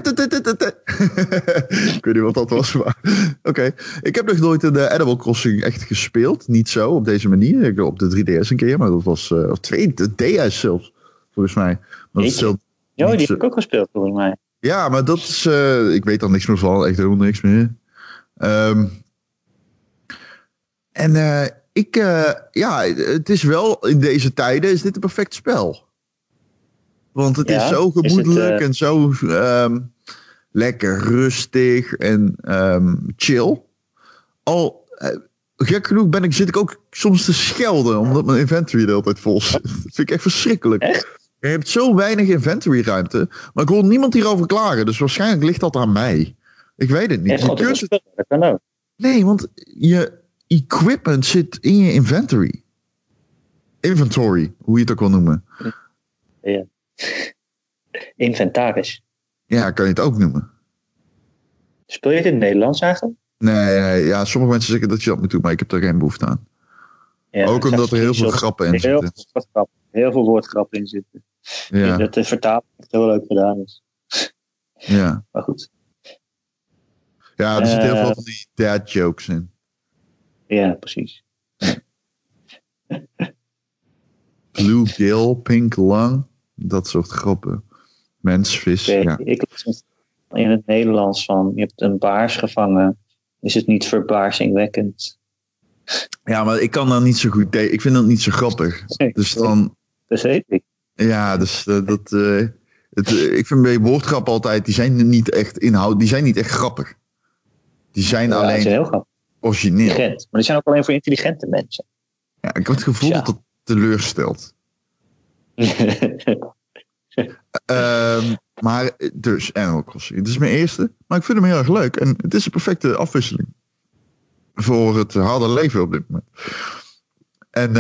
ik weet niet wat dat was, maar... Oké. Ik heb nog nooit de Animal Crossing echt gespeeld. Niet zo, op deze manier. Ik op de 3DS een keer, maar dat was... of de DS zelfs, volgens mij. Maar dat die heb ik ook gespeeld, volgens mij. Ja, maar dat is... ik weet er niks meer van. Echt helemaal niks meer. Het is wel, in deze tijden is dit een perfect spel. Want het is zo gemoedelijk en zo lekker rustig en chill. Gek genoeg zit ik ook soms te schelden, omdat mijn inventory de hele tijd vol zit. Dat vind ik echt verschrikkelijk. Echt? Je hebt zo weinig inventory ruimte, maar ik hoor niemand hierover klagen. Dus waarschijnlijk ligt dat aan mij. Ik weet het niet. Dat kan ook. Nee, want je equipment zit in je inventory. Inventory, hoe je het ook wil noemen. Ja. Inventaris. Ja, kan je het ook noemen. Speel je het in het Nederlands eigenlijk? Nee, ja, sommige mensen zeggen dat je dat moet doen, maar ik heb er geen behoefte aan. Ja, ook omdat er heel veel grappen in zitten. Heel veel woordgrappen in zitten. Ja. Dat de vertaling echt heel leuk gedaan is. Ja. Maar goed. Ja, er zitten heel veel van die dad jokes in. Ja, precies. Blue gill, pink lung. Dat soort grappen. Mensvis. Ja. Ik las in het Nederlands van... Je hebt een baars gevangen. Is het niet verbaarsingwekkend? Ja, maar ik kan daar niet zo goed... Ik vind dat niet zo grappig. Dus dan... Dat weet ik. Ja, dus ik vind bij woordgrappen altijd... Die zijn niet echt inhoud... Die zijn niet echt grappig. Die zijn alleen... Die zijn heel grappig. Origineel. Maar die zijn ook alleen voor intelligente mensen. Ja, ik heb het gevoel dat het teleurstelt. Maar dus Animal Crossing. Het is mijn eerste, maar ik vind hem heel erg leuk. En het is een perfecte afwisseling voor het harde leven op dit moment. En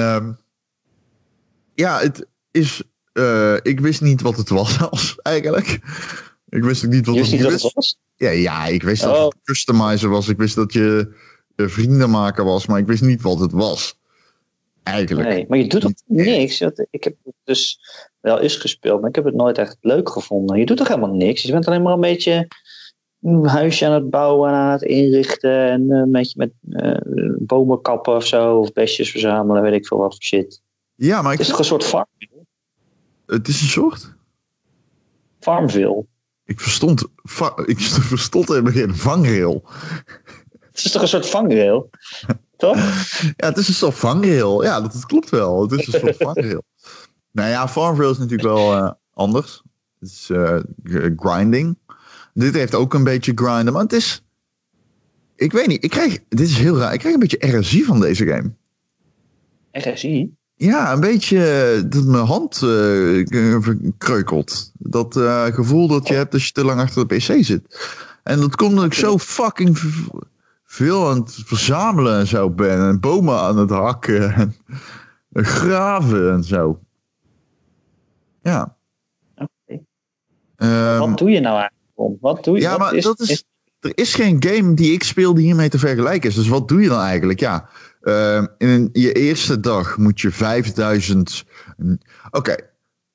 het is... ik wist niet wat het was eigenlijk. Ik wist ook niet wat het was. Ja, ik wist dat het customizer was. Ik wist dat je vrienden maken was, maar ik wist niet wat het was. Eigenlijk. Nee, maar je doet toch niks? Ik heb het dus wel eens gespeeld, maar ik heb het nooit echt leuk gevonden. Je doet toch helemaal niks? Je bent alleen maar een beetje een huisje aan het bouwen en aan het inrichten en een beetje met bomen kappen of zo, of bestjes verzamelen, weet ik veel wat voor shit. Ja, maar het is toch een soort Farmville? Het is een soort? Farmville. Ik verstond in het begin vangrail. Het is toch een soort vangrail? Toch? Ja, het is een soort vangrail. Ja, dat klopt wel. Het is een soort vangrail. Nou ja, Farmville is natuurlijk wel anders. Het is grinding. Dit heeft ook een beetje grinden, maar het is... Ik weet niet, dit is heel raar. Ik krijg een beetje RSI van deze game. RSI? Ja, een beetje dat mijn hand kreukelt. Dat gevoel dat je hebt als je te lang achter de PC zit. En dat komt omdat ik zo fucking veel aan het verzamelen en zo ben. En bomen aan het hakken. En graven en zo. Ja. Oké. Wat doe je nou eigenlijk? Wat doe je? Ja, maar er is geen game die ik speel die hiermee te vergelijken is. Dus wat doe je dan eigenlijk? Ja, in je eerste dag moet je 5000... Oké.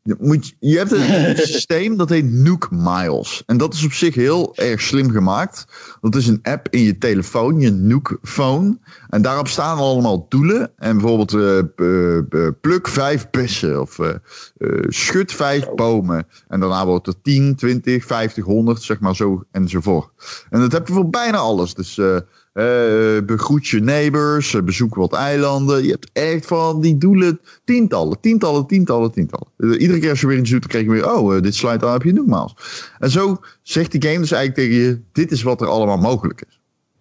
Je hebt een systeem dat heet Nook Miles. En dat is op zich heel erg slim gemaakt. Dat is een app in je telefoon, je Nook Phone. En daarop staan allemaal doelen. En bijvoorbeeld pluk 5 bessen of schud 5 bomen. En daarna wordt er 10, 20, 50, 100, zeg maar zo enzovoort. En dat heb je voor bijna alles. Dus begroet je neighbors, bezoek wat eilanden. Je hebt echt van die doelen tientallen. Iedere keer als je weer iets doet, dan krijg je weer, dit sluit aan op je nogmaals. En zo zegt die game dus eigenlijk tegen je, dit is wat er allemaal mogelijk is.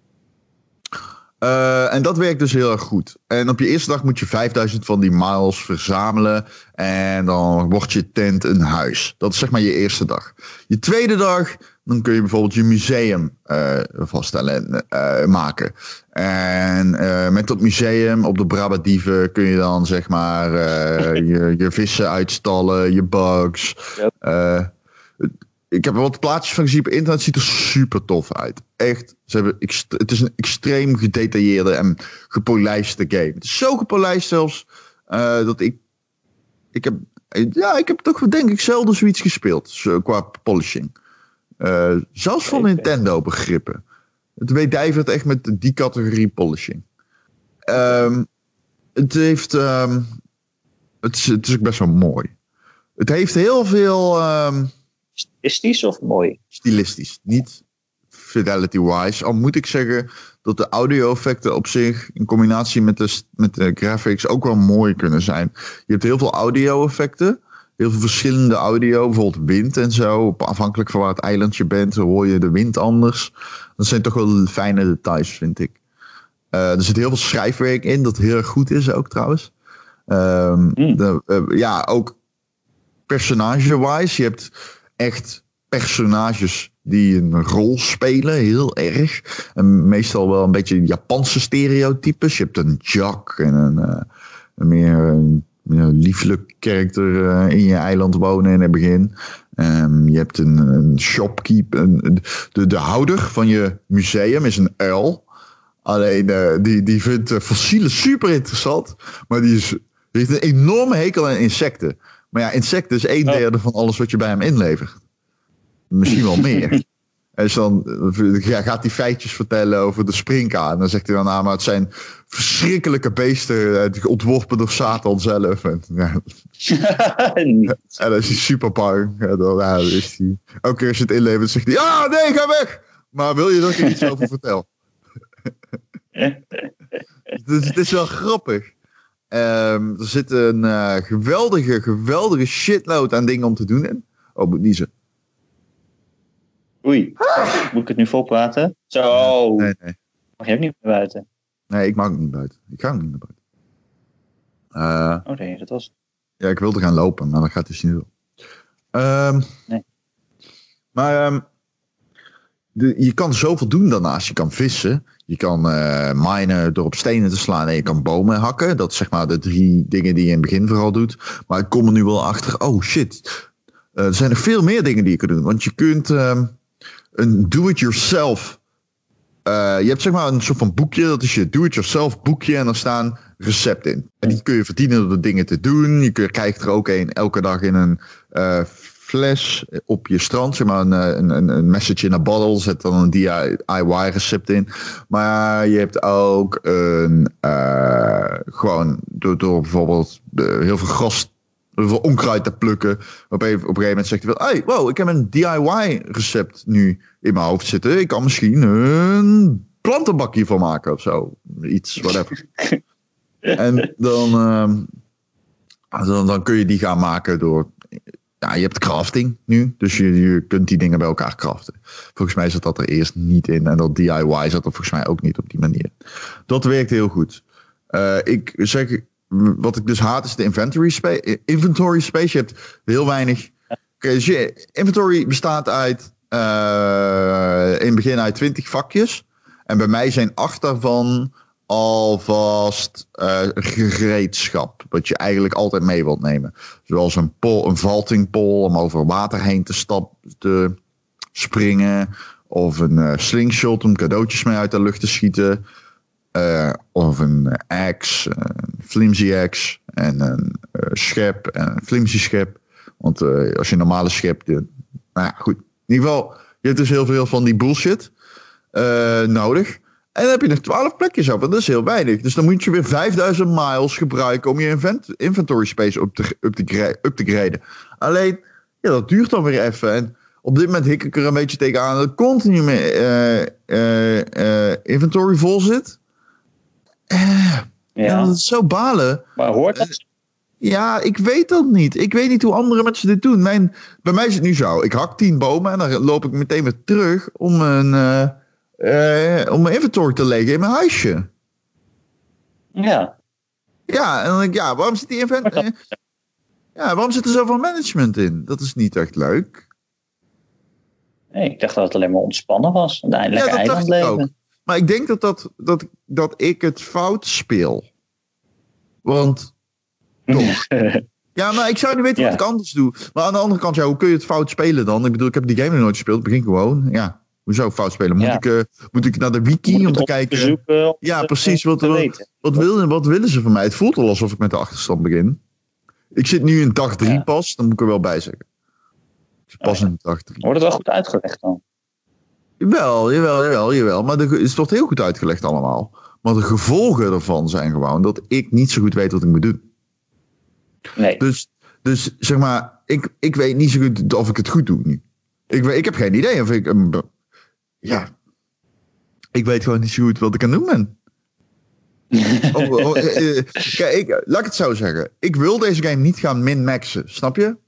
En dat werkt dus heel erg goed. En op je eerste dag moet je 5000 van die miles verzamelen. En dan wordt je tent een huis. Dat is zeg maar je eerste dag. Je tweede dag, dan kun je bijvoorbeeld je museum vaststellen en maken. En met dat museum op de Brabadieven kun je dan zeg maar je vissen uitstallen, je bugs. Yep. Ik heb er wat plaatjes van gezien op internet. Het ziet er super tof uit. Echt. Het is een extreem gedetailleerde en gepolijste game. Het is zo gepolijst zelfs dat ik heb toch denk ik zelden zoiets gespeeld qua polishing. Zelfs van Nintendo begrippen. Het wedijvert echt met die categorie polishing. Het is ook best wel mooi. Het heeft heel veel... Stilistisch of mooi? Stilistisch, niet fidelity-wise. Al moet ik zeggen dat de audio-effecten op zich in combinatie met de graphics ook wel mooi kunnen zijn. Je hebt heel veel audio-effecten. Heel veel verschillende audio. Bijvoorbeeld wind en zo. Afhankelijk van waar het eilandje bent, hoor je de wind anders. Dat zijn toch wel fijne details, vind ik. Er zit heel veel schrijfwerk in, dat heel erg goed is ook trouwens. Ook personage-wise. Je hebt echt personages die een rol spelen, heel erg. En meestal wel een beetje Japanse stereotypes. Je hebt een Jack en een meer lieflijk karakter in je eiland wonen in het begin. Je hebt een shopkeeper. De houder van je museum is een uil. Alleen die vindt fossielen super interessant. Maar die heeft een enorme hekel aan insecten. Maar ja, insecten is 1/3 van alles wat je bij hem inlevert. Misschien wel meer. En dan gaat hij feitjes vertellen over de springkaan. En dan zegt hij dan, maar het zijn verschrikkelijke beesten. Ontworpen door Satan zelf. En dan is hij super bang. En dan is hij... Elke keer als je het inlevert, zegt hij, nee, ga weg! Maar wil je dat ik er iets over vertel? Dus het is wel grappig. Er zit een geweldige shitload aan dingen om te doen in. Oh, moet niezen. Oei, moet ik het nu volpraten? Zo. Nee. Mag je ook niet naar buiten? Nee, ik mag ook niet buiten. Ik ga ook niet naar buiten. Nee, dat was... Ja, ik wilde gaan lopen, maar dat gaat dus niet door. Nee. Maar je kan zoveel doen daarnaast. Je kan vissen. Je kan minen door op stenen te slaan en je kan bomen hakken. Dat is zeg maar de 3 dingen die je in het begin vooral doet. Maar ik kom er nu wel achter. Oh shit. Er zijn nog veel meer dingen die je kunt doen. Want je kunt een do-it-yourself. Je hebt zeg maar een soort van boekje. Dat is je do-it-yourself boekje. En daar staan recepten in. En die kun je verdienen door de dingen te doen. Je krijgt er ook elke dag in een fles op je strand. Zeg maar een message in a bottle. Zet dan een DIY recept in. Maar je hebt ook gewoon door bijvoorbeeld heel veel gras, heel veel onkruid te plukken. Op een gegeven moment zegt hij wel, hey, wow, ik heb een DIY recept nu in mijn hoofd zitten. Ik kan misschien een plantenbakje van maken of zo. Iets, whatever. En dan kun je die gaan maken door... Ja, je hebt crafting nu, dus je kunt die dingen bij elkaar craften. Volgens mij zat dat er eerst niet in en dat DIY zat er volgens mij ook niet op die manier. Dat werkt heel goed. Ik zeg, wat ik dus haat is de inventory space. Je hebt heel weinig... Dus je inventory bestaat uit in het begin uit 20 vakjes. En bij mij zijn 8 daarvan alvast gereedschap. Wat je eigenlijk altijd mee wilt nemen. Zoals een vaulting pole om over water heen te springen. Of een slingshot om cadeautjes mee uit de lucht te schieten. Of een axe, een flimsy axe. En een schep, en een flimsy schep. Want als je een normale schip... nou ja, goed. In ieder geval, je hebt dus heel veel van die bullshit nodig. En dan heb je nog 12 plekjes op. En dat is heel weinig. Dus dan moet je weer 5000 miles gebruiken om je inventory space up te graden. Alleen, ja, dat duurt dan weer even. En op dit moment hik ik er een beetje tegenaan dat continu mijn inventory vol zit. Ja, dat is zo balen. Maar hoort dat? Ja, ik weet dat niet. Ik weet niet hoe andere mensen dit doen. Bij mij is het nu zo. Ik hak 10 bomen en dan loop ik meteen weer terug om mijn inventory te leggen in mijn huisje. Ja. Ja, en dan denk ik, waarom zit die inventory... waarom zit er zoveel management in? Dat is niet echt leuk. Nee, ik dacht dat het alleen maar ontspannen was. Uiteindelijk eiland leven. Maar ik denk dat ik het fout speel. Want... toch. Ja, maar ik zou niet weten wat ik anders doe. Maar aan de andere kant, hoe kun je het fout spelen dan? Ik bedoel, ik heb die game nog nooit gespeeld. Ik begin gewoon. Ja, hoezo fout spelen? Moet ik naar de wiki om te kijken? Bezoeken, ja, precies. Wat willen ze van mij? Het voelt al alsof ik met de achterstand begin. Ik zit nu in dag 3 pas. Dan moet ik er wel bij zeggen. Pas in dag 3. Wordt het wel goed uitgelegd dan? Jawel. Maar het wordt heel goed uitgelegd allemaal. Maar de gevolgen ervan zijn gewoon dat ik niet zo goed weet wat ik moet doen. Nee. Dus zeg maar, ik weet niet zo goed of ik het goed doe nu. Ik heb geen idee of ik... ik weet gewoon niet zo goed wat ik aan het doen ben. Kijk, laat ik het zo zeggen. Ik wil deze game niet gaan min-maxen, snap je?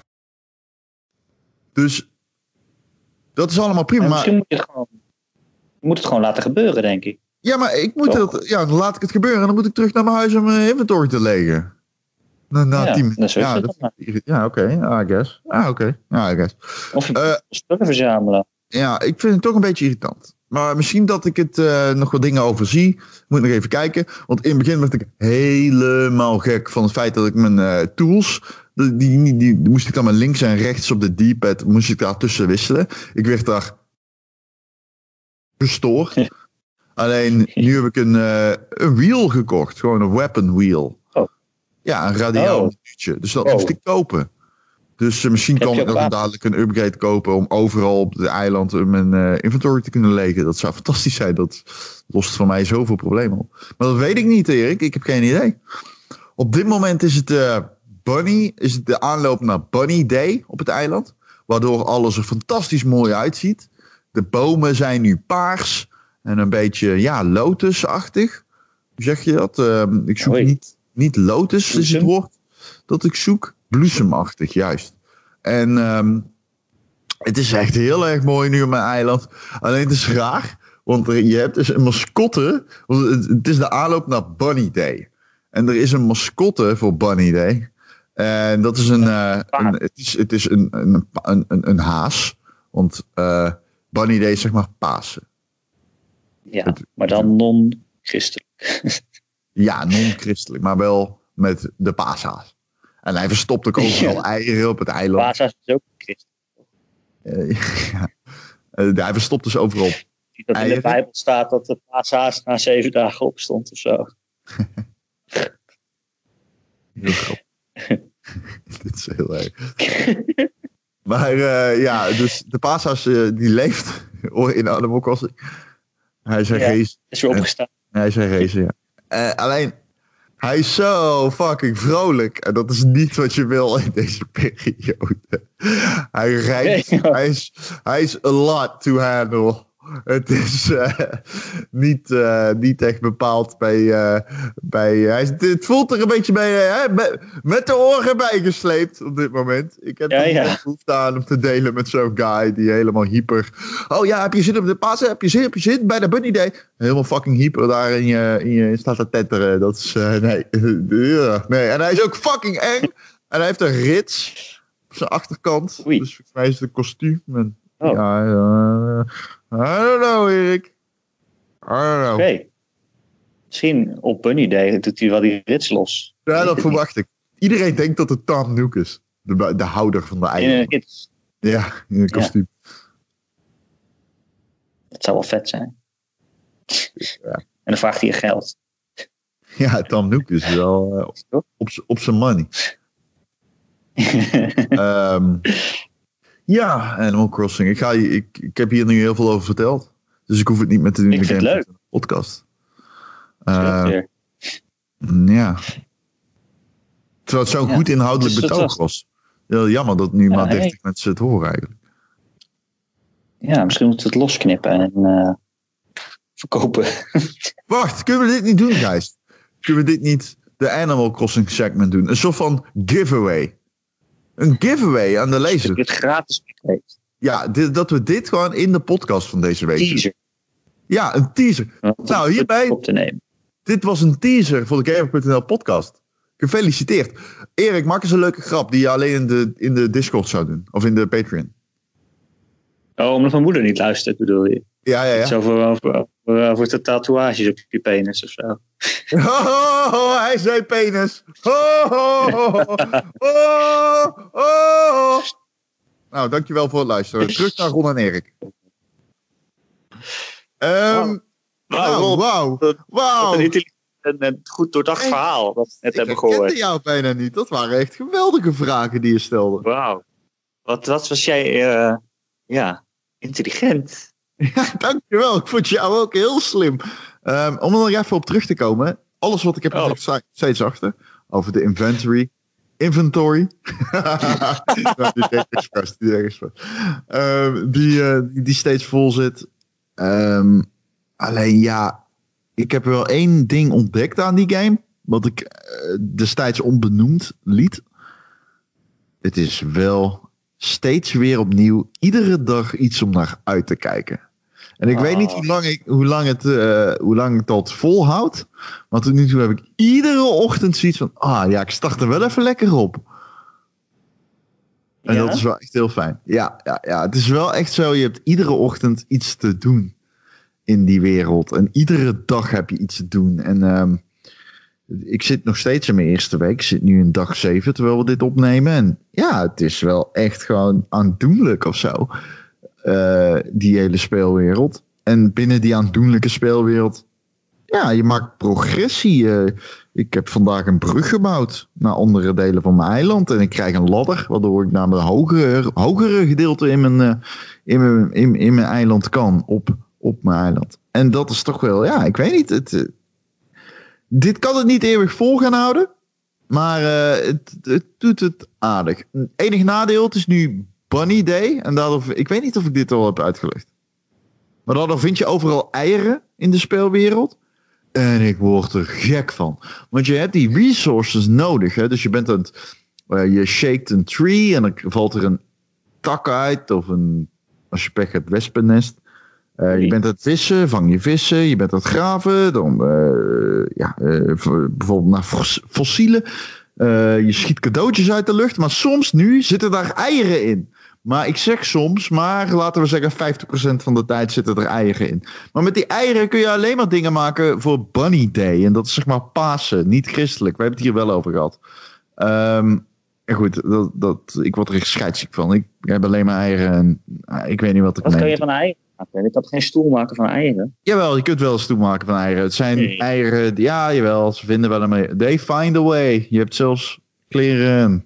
Dus dat is allemaal prima. Maar misschien moet het gewoon laten gebeuren, denk ik. Ja, maar dan laat ik het gebeuren en dan moet ik terug naar mijn huis om mijn inventory te leggen. Na 10 minuten. Oké, I guess. I guess. Of je spullen verzamelen. Ja, ik vind het toch een beetje irritant. Maar misschien dat ik het nog wat dingen overzie. Moet nog even kijken. Want in het begin werd ik helemaal gek van het feit dat ik mijn tools... Die moest ik dan maar links en rechts op de D-pad... moest ik daar tussen wisselen. Ik werd daar gestoord. Ja. Alleen nu heb ik een wheel gekocht. Gewoon een weapon wheel. Ja, een radiaal minuutje. Dus dat moest ik kopen. Dus misschien kan ik nog dadelijk een upgrade kopen... om overal op het eiland mijn inventory te kunnen leggen. Dat zou fantastisch zijn. Dat lost voor mij zoveel problemen op. Maar dat weet ik niet, Erik. Ik heb geen idee. Op dit moment is het de aanloop naar Bunny Day op het eiland. Waardoor alles er fantastisch mooi uitziet. De bomen zijn nu paars. En een beetje, lotusachtig. Hoe zeg je dat? Ik zoek niet lotus is het woord dat ik zoek. Bloesemachtig, juist. En het is echt heel erg mooi nu op mijn eiland. Alleen het is raar. Want je hebt dus een mascotte. Het is de aanloop naar Bunny Day. En er is een mascotte voor Bunny Day. En dat is het is een haas. Want Bunny Day is zeg maar Pasen. Ja, maar dan non-christelijk. Ja, non-christelijk. Maar wel met de paashaas. En hij verstopt ook overal eieren op het eiland. Paashaas is ook christelijk. Hij verstopt dus overal dat eieren. In de Bijbel staat dat de paashaas na 7 dagen opstond of zo. Heel grappig. Dit is heel erg. Maar dus de paashaas die leeft in Animal Crossing. Hij is geest. Is weer opgestaan. Hij is geest, ja. Alleen, hij is zo fucking vrolijk. En dat is niet wat je wil in deze periode. Hij rijdt. Hij is a lot to handle. Het is niet echt bepaald bij het voelt er een beetje bij met de oren bijgesleept op dit moment. Ik heb behoefte aan om te delen met zo'n guy die helemaal hyper. Oh ja, heb je zin op de Pasen? Heb je zin bij de Bunny Day? Helemaal fucking hyper daar in je staat te tetteren. Dat is nee. En hij is ook fucking eng. En hij heeft een rits op zijn achterkant. Oei. Dus volgens mij is het een kostuum. I don't know, Erik. I don't know. Oké. Misschien op Bunny Day doet hij wel die rits los. Ja, dat verwacht ik. Iedereen denkt dat het Tom Nook is. De houder van de eieren. Ja, in een kostuum. Ja. Dat zou wel vet zijn. Ja. En dan vraagt hij je geld. Ja, Tom Nook is wel op zijn money. Ja, Animal Crossing. Ik heb hier nu heel veel over verteld. Dus ik hoef het niet meer te doen in de podcast. Ja. Terwijl het zo'n goed inhoudelijk betoog was. Heel jammer dat nu maar 30 mensen het horen eigenlijk. Ja, misschien moeten we het losknippen en verkopen. Wacht, kunnen we dit niet doen, Gijs? Kunnen we dit niet de Animal Crossing segment doen? Een soort van giveaway. Een giveaway aan de lezer. Dat je het gratis krijgt. Ja, dat we dit gewoon in de podcast van deze week teaser. Doen. Ja, een teaser. Nou, hierbij. Op te nemen. Dit was een teaser voor de Gamer.nl podcast. Gefeliciteerd. Erik, maak eens een leuke grap die je alleen in de Discord zou doen. Of in de Patreon. Oh, omdat mijn moeder niet luistert, bedoel je? Ja. Zo voor de tatoeages op je penis of zo. Hij zei penis. Nou, dankjewel voor het luisteren. Terug naar Ron en Erik. Wauw. Een goed doordacht verhaal dat we net hebben gehoord. Ik kende jou bijna niet. Dat waren echt geweldige vragen die je stelde. Wauw. Wat was jij intelligent. Ja, dankjewel. Ik vond jou ook heel slim. Om er nog even op terug te komen. Alles wat ik heb gezegd staat steeds achter. Over de inventory. Die steeds vol zit. Alleen ja, ik heb wel één ding ontdekt aan die game. Wat ik destijds onbenoemd liet. Het is wel steeds weer opnieuw iedere dag iets om naar uit te kijken. En ik weet niet hoe lang het dat volhoudt. Maar tot nu toe heb ik iedere ochtend zoiets van... ik start er wel even lekker op. En dat is wel echt heel fijn. Ja, het is wel echt zo. Je hebt iedere ochtend iets te doen in die wereld. En iedere dag heb je iets te doen. En ik zit nog steeds in mijn eerste week. Ik zit nu in dag 7 terwijl we dit opnemen. En ja, het is wel echt gewoon aandoenlijk of zo. Die hele speelwereld. En binnen die aandoenlijke speelwereld... Ja, je maakt progressie. Ik heb vandaag een brug gebouwd naar andere delen van mijn eiland. En ik krijg een ladder, waardoor ik naar de hogere gedeelte in mijn eiland kan. Op mijn eiland. En dat is toch wel, ik weet niet. Dit kan het niet eeuwig vol gaan houden. Maar het doet het aardig. Enig nadeel, het is nu Bunny Day. En daardoor, ik weet niet of ik dit al heb uitgelegd. Maar daardoor vind je overal eieren in de speelwereld. En ik word er gek van. Want je hebt die resources nodig. Hè? Dus je bent je shaked een tree en dan valt er een tak uit. Of als je pech hebt, wespennest. Je bent aan het vissen, vang je vissen. Je bent aan het graven. Dan, bijvoorbeeld naar fossielen. Je schiet cadeautjes uit de lucht. Maar soms nu zitten daar eieren in. Maar ik zeg soms, maar laten we zeggen 50% van de tijd zitten er eieren in. Maar met die eieren kun je alleen maar dingen maken voor Bunny Day. En dat is zeg maar Pasen, niet christelijk. We hebben het hier wel over gehad. En goed, ik word er echt scheidsziek van. Ik heb alleen maar eieren en ik weet niet wat ik neem. Wat kan je van eieren maken? Je kan geen stoel maken van eieren? Jawel, je kunt wel een stoel maken van eieren. Het zijn eieren, ja jawel, ze vinden wel een... They find a way. Je hebt zelfs kleren en...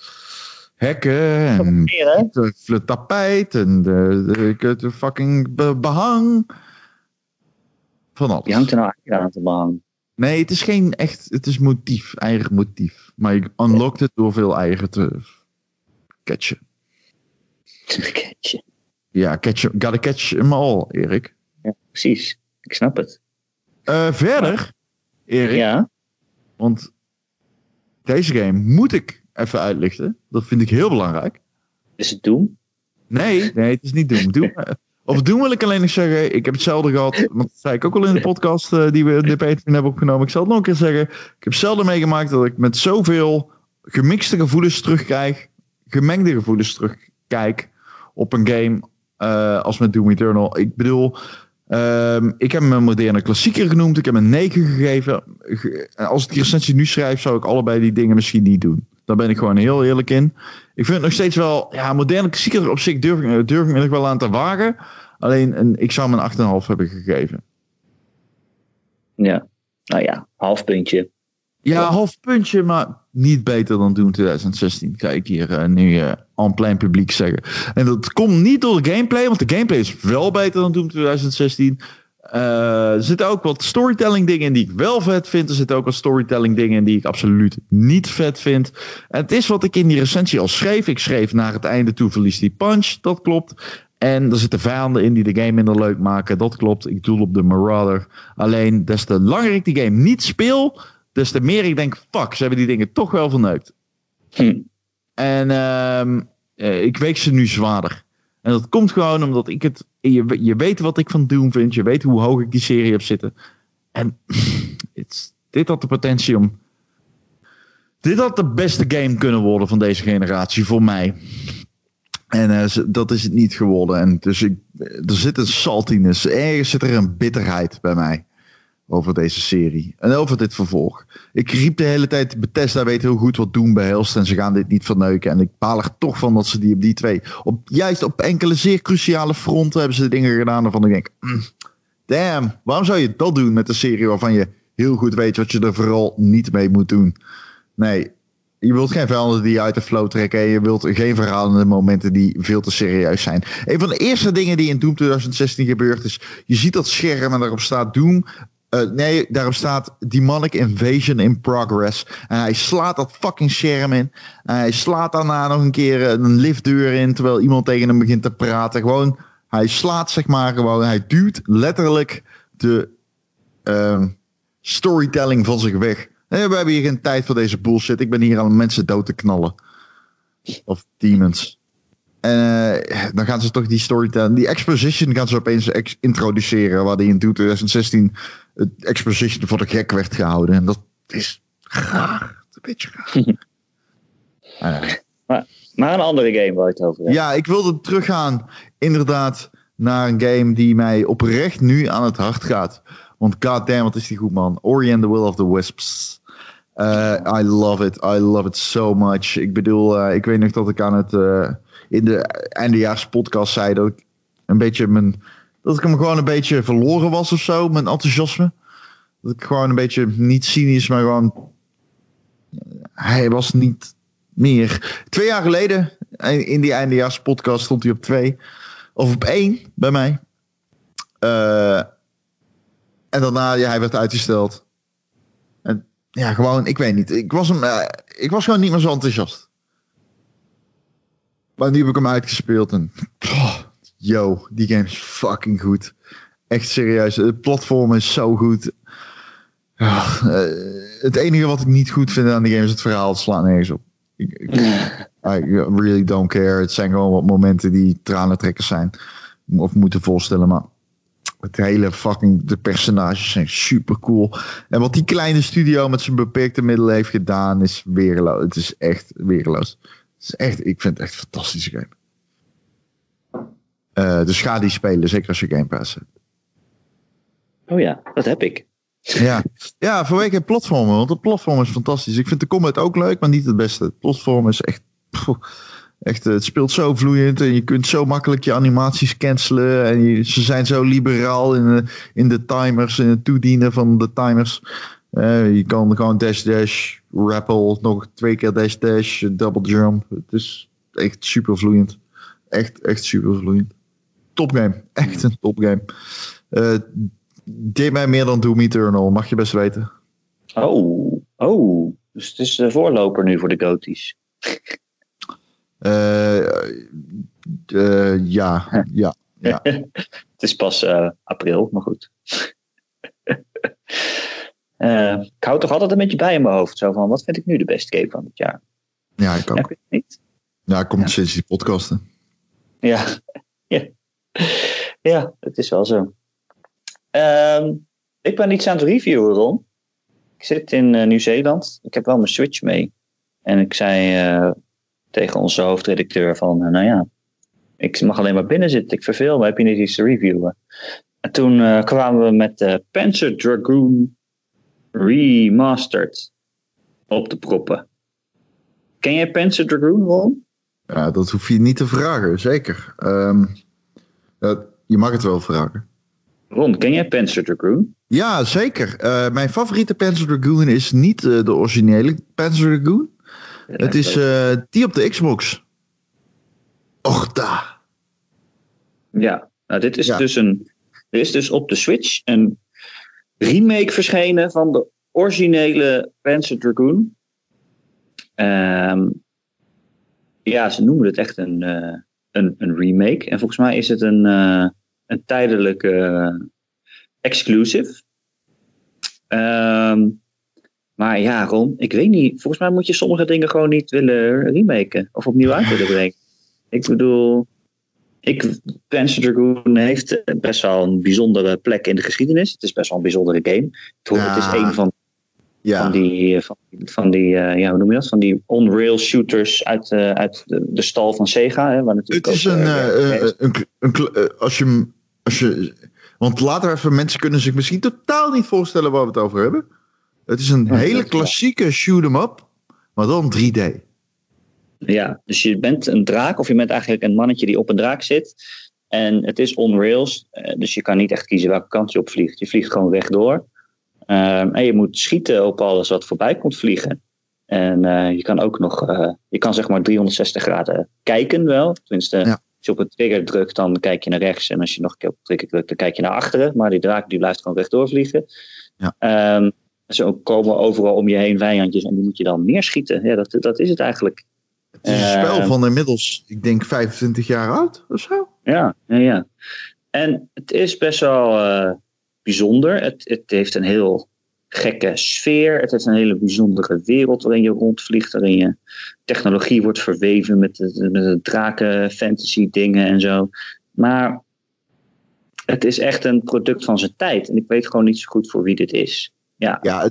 hekken en het tapijt en de fucking behang. Van alles. Je hangt er nou eigenlijk aan het behang. Nee, het is geen echt... Het is motief, eigen motief. Maar je unlockt het door veel eieren te catchen. Ja, gotta catch them all, Erik. Ja, precies. Ik snap het. Verder, Erik. Ja? Want deze game moet ik even uitlichten. Dat vind ik heel belangrijk. Is het Doom? Nee, het is niet Doom. Of Doom wil ik alleen nog zeggen. Ik heb hetzelfde gehad. Want dat zei ik ook al in de podcast die we in de Patreon hebben opgenomen. Ik zal het nog een keer zeggen. Ik heb zelden meegemaakt dat ik met zoveel gemixte gevoelens terugkrijg. Gemengde gevoelens terugkijk op een game als met Doom Eternal. Ik bedoel... ik heb hem een moderne klassieker genoemd. Ik heb hem een 9 gegeven. Als ik die recensie nu schrijf, zou ik allebei die dingen misschien niet doen. Daar ben ik gewoon heel eerlijk in. Ik vind het nog steeds wel... Ja, moderne klassieker op zich durf ik me nog wel aan te wagen. Alleen, ik zou hem een 8,5 hebben gegeven. Ja, nou ja, half puntje. Ja, half puntje, maar niet beter dan Doom 2016. Ga ik hier nu en plein publiek zeggen. En dat komt niet door de gameplay, want de gameplay is wel beter dan Doom 2016. Er zitten ook wat storytelling dingen in die ik wel vet vind. Er zitten ook wat storytelling dingen in die ik absoluut niet vet vind. En het is wat ik in die recensie al schreef. Ik schreef naar het einde toe verliest die punch. Dat klopt. En er zitten vijanden in die de game minder leuk maken. Dat klopt. Ik doel op de Marauder. Alleen, des te langer ik die game niet speel, des te meer ik denk, fuck, ze hebben die dingen toch wel verneukt. En ik weeg ze nu zwaarder. En dat komt gewoon omdat ik het... Je weet wat ik van Doom vind. Je weet hoe hoog ik die serie heb zitten. En dit had de potentie om... Dit had de beste game kunnen worden van deze generatie voor mij. En dat is het niet geworden. En dus er zit een saltiness. Ergens zit er een bitterheid bij mij. Over deze serie. En over dit vervolg. Ik riep de hele tijd, Bethesda weet heel goed wat Doom behelst. En ze gaan dit niet verneuken. En ik baal er toch van dat ze die op die twee... Juist op enkele zeer cruciale fronten hebben ze dingen gedaan waarvan ik denk... damn, waarom zou je dat doen met een serie waarvan je heel goed weet wat je er vooral niet mee moet doen? Nee, je wilt geen vijanden die je uit de flow trekken. En je wilt geen verhalende momenten die veel te serieus zijn. Een van de eerste dingen die in Doom 2016 gebeurt is... Je ziet dat scherm en daarop staat Doom... daarop staat Demonic Invasion in Progress. En hij slaat dat fucking scherm in. En hij slaat daarna nog een keer een liftdeur in... terwijl iemand tegen hem begint te praten. Gewoon, hij slaat zeg maar gewoon... Hij duwt letterlijk de storytelling van zich weg. We hebben hier geen tijd voor deze bullshit. Ik ben hier aan mensen dood te knallen. Of demons. En dan gaan ze toch die storytelling... Die exposition gaan ze opeens introduceren... waar die in 2016 het exposition voor de gek werd gehouden. En dat is raar. Een beetje raar. Maar een andere game waar je het over hebt. Ja, ik wilde teruggaan inderdaad naar een game die mij oprecht nu aan het hart gaat. Want goddamn, wat is die goed, man. Ori and the Will of the Wisps. I love it. I love it so much. Ik bedoel, ik weet nog dat ik aan het... in de eindejaarspodcast zei dat ik een beetje dat ik hem gewoon een beetje verloren was of zo, mijn enthousiasme. Dat ik gewoon een beetje niet cynisch, maar gewoon hij was niet meer. 2 jaar geleden in die eindejaarspodcast stond hij op 2 of op 1 bij mij. En daarna hij werd uitgesteld. En ja, gewoon, ik weet niet. Ik was gewoon niet meer zo enthousiast. Maar nu heb ik hem uitgespeeld en... die game is fucking goed. Echt serieus. Het platform is zo goed. Het enige wat ik niet goed vind aan die game is het verhaal. Het slaat nergens op. I really don't care. Het zijn gewoon wat momenten die tranentrekkers zijn. Of moeten voorstellen, maar... Het hele de personages zijn super cool. En wat die kleine studio met zijn beperkte middelen heeft gedaan is weerloos. Het is echt weerloos. Ik vind het echt een fantastische game. Dus ga die spelen, zeker als je Game Pass hebt. Oh ja, dat heb ik. Ja, vanwege het platform, want het platform is fantastisch. Ik vind de combat ook leuk, maar niet het beste. Het platform is echt... het speelt zo vloeiend en je kunt zo makkelijk je animaties cancelen. En ze zijn zo liberaal in de timers, in het toedienen van de timers. Je kan gewoon dash, rappel, nog 2 keer dash, double jump. Het is echt super vloeiend. Echt super vloeiend. Topgame. Echt een topgame. Deed mij meer dan Doom Eternal, mag je best weten. Oh. Dus het is de voorloper nu voor de GOTY's. Ja. Het is pas april, maar goed. Ik hou toch altijd een beetje bij in mijn hoofd. Zo van, wat vind ik nu de beste game van het jaar? Ja, ik ook. Heb je het niet? Ja, ik kom sinds die podcasten. Ja, het is wel zo. Ik ben iets aan het reviewen, Ron. Ik zit in Nieuw-Zeeland. Ik heb wel mijn Switch mee. En ik zei tegen onze hoofdredacteur van... ik mag alleen maar binnen zitten. Ik verveel me. Heb je niet iets te reviewen? En toen kwamen we met Panzer Dragoon Remastered op de proppen. Ken jij Panzer Dragoon, Ron? Ja, dat hoef je niet te vragen. Zeker. Je mag het wel vragen. Ron, ken jij Panzer Dragoon? Ja, zeker. Mijn favoriete Panzer Dragoon is niet de originele Panzer Dragoon. Het is die op de Xbox. Och, daar. Ja, nou, dit is dus er is dus op de Switch een remake verschenen van de originele Panzer Dragoon. Ja, ze noemen het echt een remake. En volgens mij is het een tijdelijke exclusive. Maar ja, Ron, ik weet niet. Volgens mij moet je sommige dingen gewoon niet willen remaken. Of opnieuw uit willen brengen. Ik bedoel, Panzer Dragoon heeft best wel een bijzondere plek in de geschiedenis. Het is best wel een bijzondere game. Het is een van die hoe noem je dat? Van die on-rail shooters uit de stal van Sega. Hè, waar natuurlijk het is want later even, mensen kunnen zich misschien totaal niet voorstellen waar we het over hebben. Het is een hele klassieke shoot-'em-up, maar dan 3D. Ja, dus je bent een draak of je bent eigenlijk een mannetje die op een draak zit. En het is on-rails, dus je kan niet echt kiezen welke kant je op vliegt. Je vliegt gewoon rechtdoor. En je moet schieten op alles wat voorbij komt vliegen. En je kan ook nog, je kan zeg maar 360 graden kijken wel. Tenminste, als je op een trigger drukt, dan kijk je naar rechts. En als je nog een keer op de trigger drukt, dan kijk je naar achteren. Maar die draak die blijft gewoon rechtdoor vliegen. Ja. Zo komen overal om je heen vijandjes en die moet je dan neerschieten. Ja, dat is het eigenlijk. Het is een spel van inmiddels, ik denk 25 jaar oud of zo. Ja. En het is best wel bijzonder. Het heeft een heel gekke sfeer. Het heeft een hele bijzondere wereld waarin je rondvliegt. Waarin je technologie wordt verweven met de draken, fantasy dingen en zo. Maar het is echt een product van zijn tijd. En ik weet gewoon niet zo goed voor wie dit is. Ja,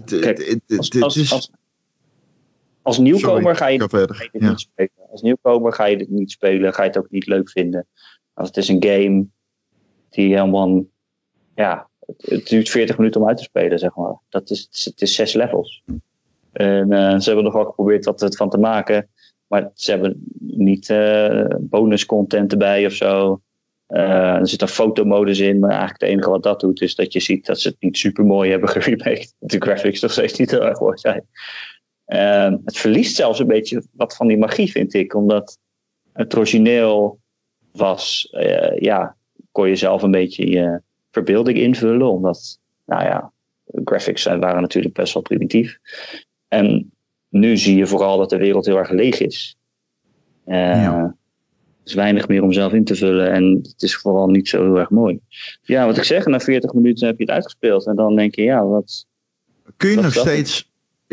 als nieuwkomer ga je dit niet spelen. Als nieuwkomer ga je dit niet spelen. Ga je het ook niet leuk vinden. Als het is een game die helemaal... Ja, het duurt 40 minuten om uit te spelen, zeg maar. Het is 6 levels. En ze hebben nog wel geprobeerd wat van te maken. Maar ze hebben niet bonus content erbij of zo. Er zit een fotomodus in. Maar eigenlijk het enige wat dat doet is dat je ziet dat ze het niet super mooi hebben geremaked. De graphics nog steeds niet heel erg mooi zijn. Het verliest zelfs een beetje wat van die magie, vind ik. Omdat het origineel was... kon je zelf een beetje je verbeelding invullen. Omdat, de graphics waren natuurlijk best wel primitief. En nu zie je vooral dat de wereld heel erg leeg is. Er is weinig meer om zelf in te vullen. En het is vooral niet zo heel erg mooi. Ja, wat ik zeg, na 40 minuten heb je het uitgespeeld. En dan denk je, wat... Kun je nog steeds...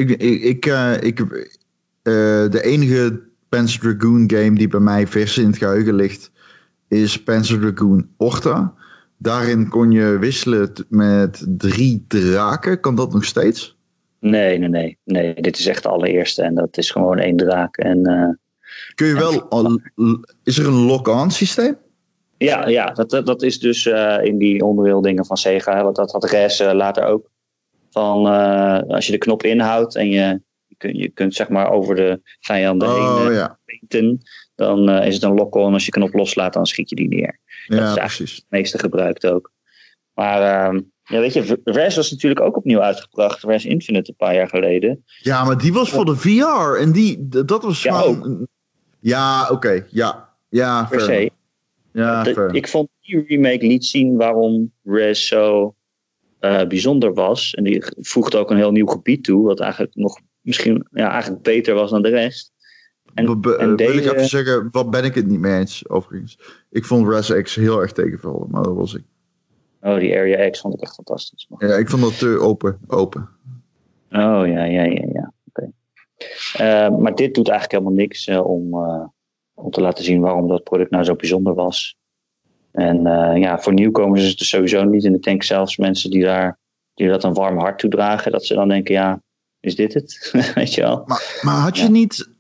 de enige Panzer Dragoon game die bij mij vers in het geheugen ligt, is Panzer Dragoon Orta. Daarin kon je wisselen met 3 draken. Kan dat nog steeds? Nee. Dit is echt de allereerste. En dat is gewoon 1 draak. En, kun je wel... Is er een lock-on systeem? Ja, dat is dus in die onderdeel dingen van Sega. Want dat had Rez later ook. Van als je de knop inhoudt en je kunt zeg maar over de vijanden heen painten, dan is het een lock-on. Als je knop loslaat, dan schiet je die neer. Dat is precies het meeste gebruikt ook. Maar weet je, Rez was natuurlijk ook opnieuw uitgebracht. Rez Infinite een paar jaar geleden. Ja, maar die was voor de VR. En dat was gewoon... Ook. Ja, oké. Ja, per se. Ja, ik vond die remake liet zien waarom Rez zo bijzonder was. En die voegde ook een heel nieuw gebied toe. Wat eigenlijk nog misschien eigenlijk beter was dan de rest. Wil ik even zeggen, wat ben ik het niet mee eens overigens. Ik vond Rez X heel erg tegenvallen, maar dat was ik. Oh, die Area X vond ik echt fantastisch. Ja, ik vond dat te open. Oh, ja. Oké. Maar dit doet eigenlijk helemaal niks om te laten zien waarom dat product nou zo bijzonder was. En voor nieuwkomers is het dus sowieso niet. En ik denk zelfs mensen die dat een warm hart toedragen, dat ze dan denken, is dit het? Weet je wel. Maar had je niet...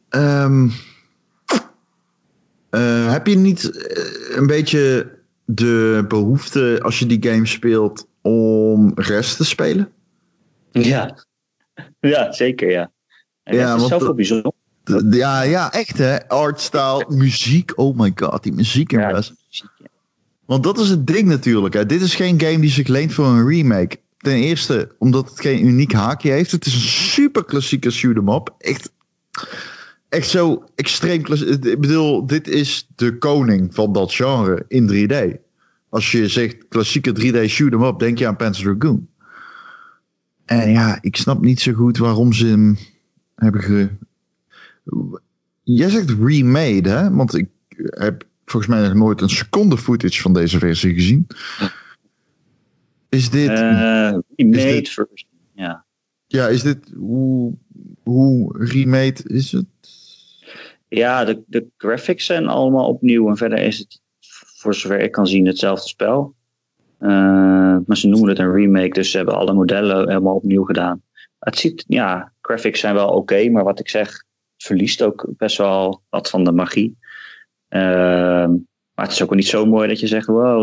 heb je niet een beetje de behoefte, als je die game speelt, om rest te spelen? Ja, zeker, ja. En het is zoveel bijzonder. Ja, echt hè. Artstyle, muziek. Oh my god, die muziek in Rez. Want dat is het ding natuurlijk. Hè. Dit is geen game die zich leent voor een remake. Ten eerste omdat het geen uniek haakje heeft. Het is een super klassieke shoot-em-up. Echt zo extreem klassiek. Ik bedoel, dit is de koning van dat genre in 3D. Als je zegt klassieke 3D shoot-em-up, denk je aan Panzer Dragoon. En ja, ik snap niet zo goed waarom ze hem hebben Jij zegt remade, hè? Want ik heb volgens mij nog nooit een seconde footage van deze versie gezien. Is dit... remade versie, ja. Ja, is dit... Hoe remade is het? Ja, de graphics zijn allemaal opnieuw. En verder is het, voor zover ik kan zien, hetzelfde spel. Maar ze noemen het een remake, dus ze hebben alle modellen helemaal opnieuw gedaan. Het ziet, ja, graphics zijn wel oké, maar wat ik zeg, het verliest ook best wel wat van de magie. Maar het is ook wel niet zo mooi dat je zegt, wow,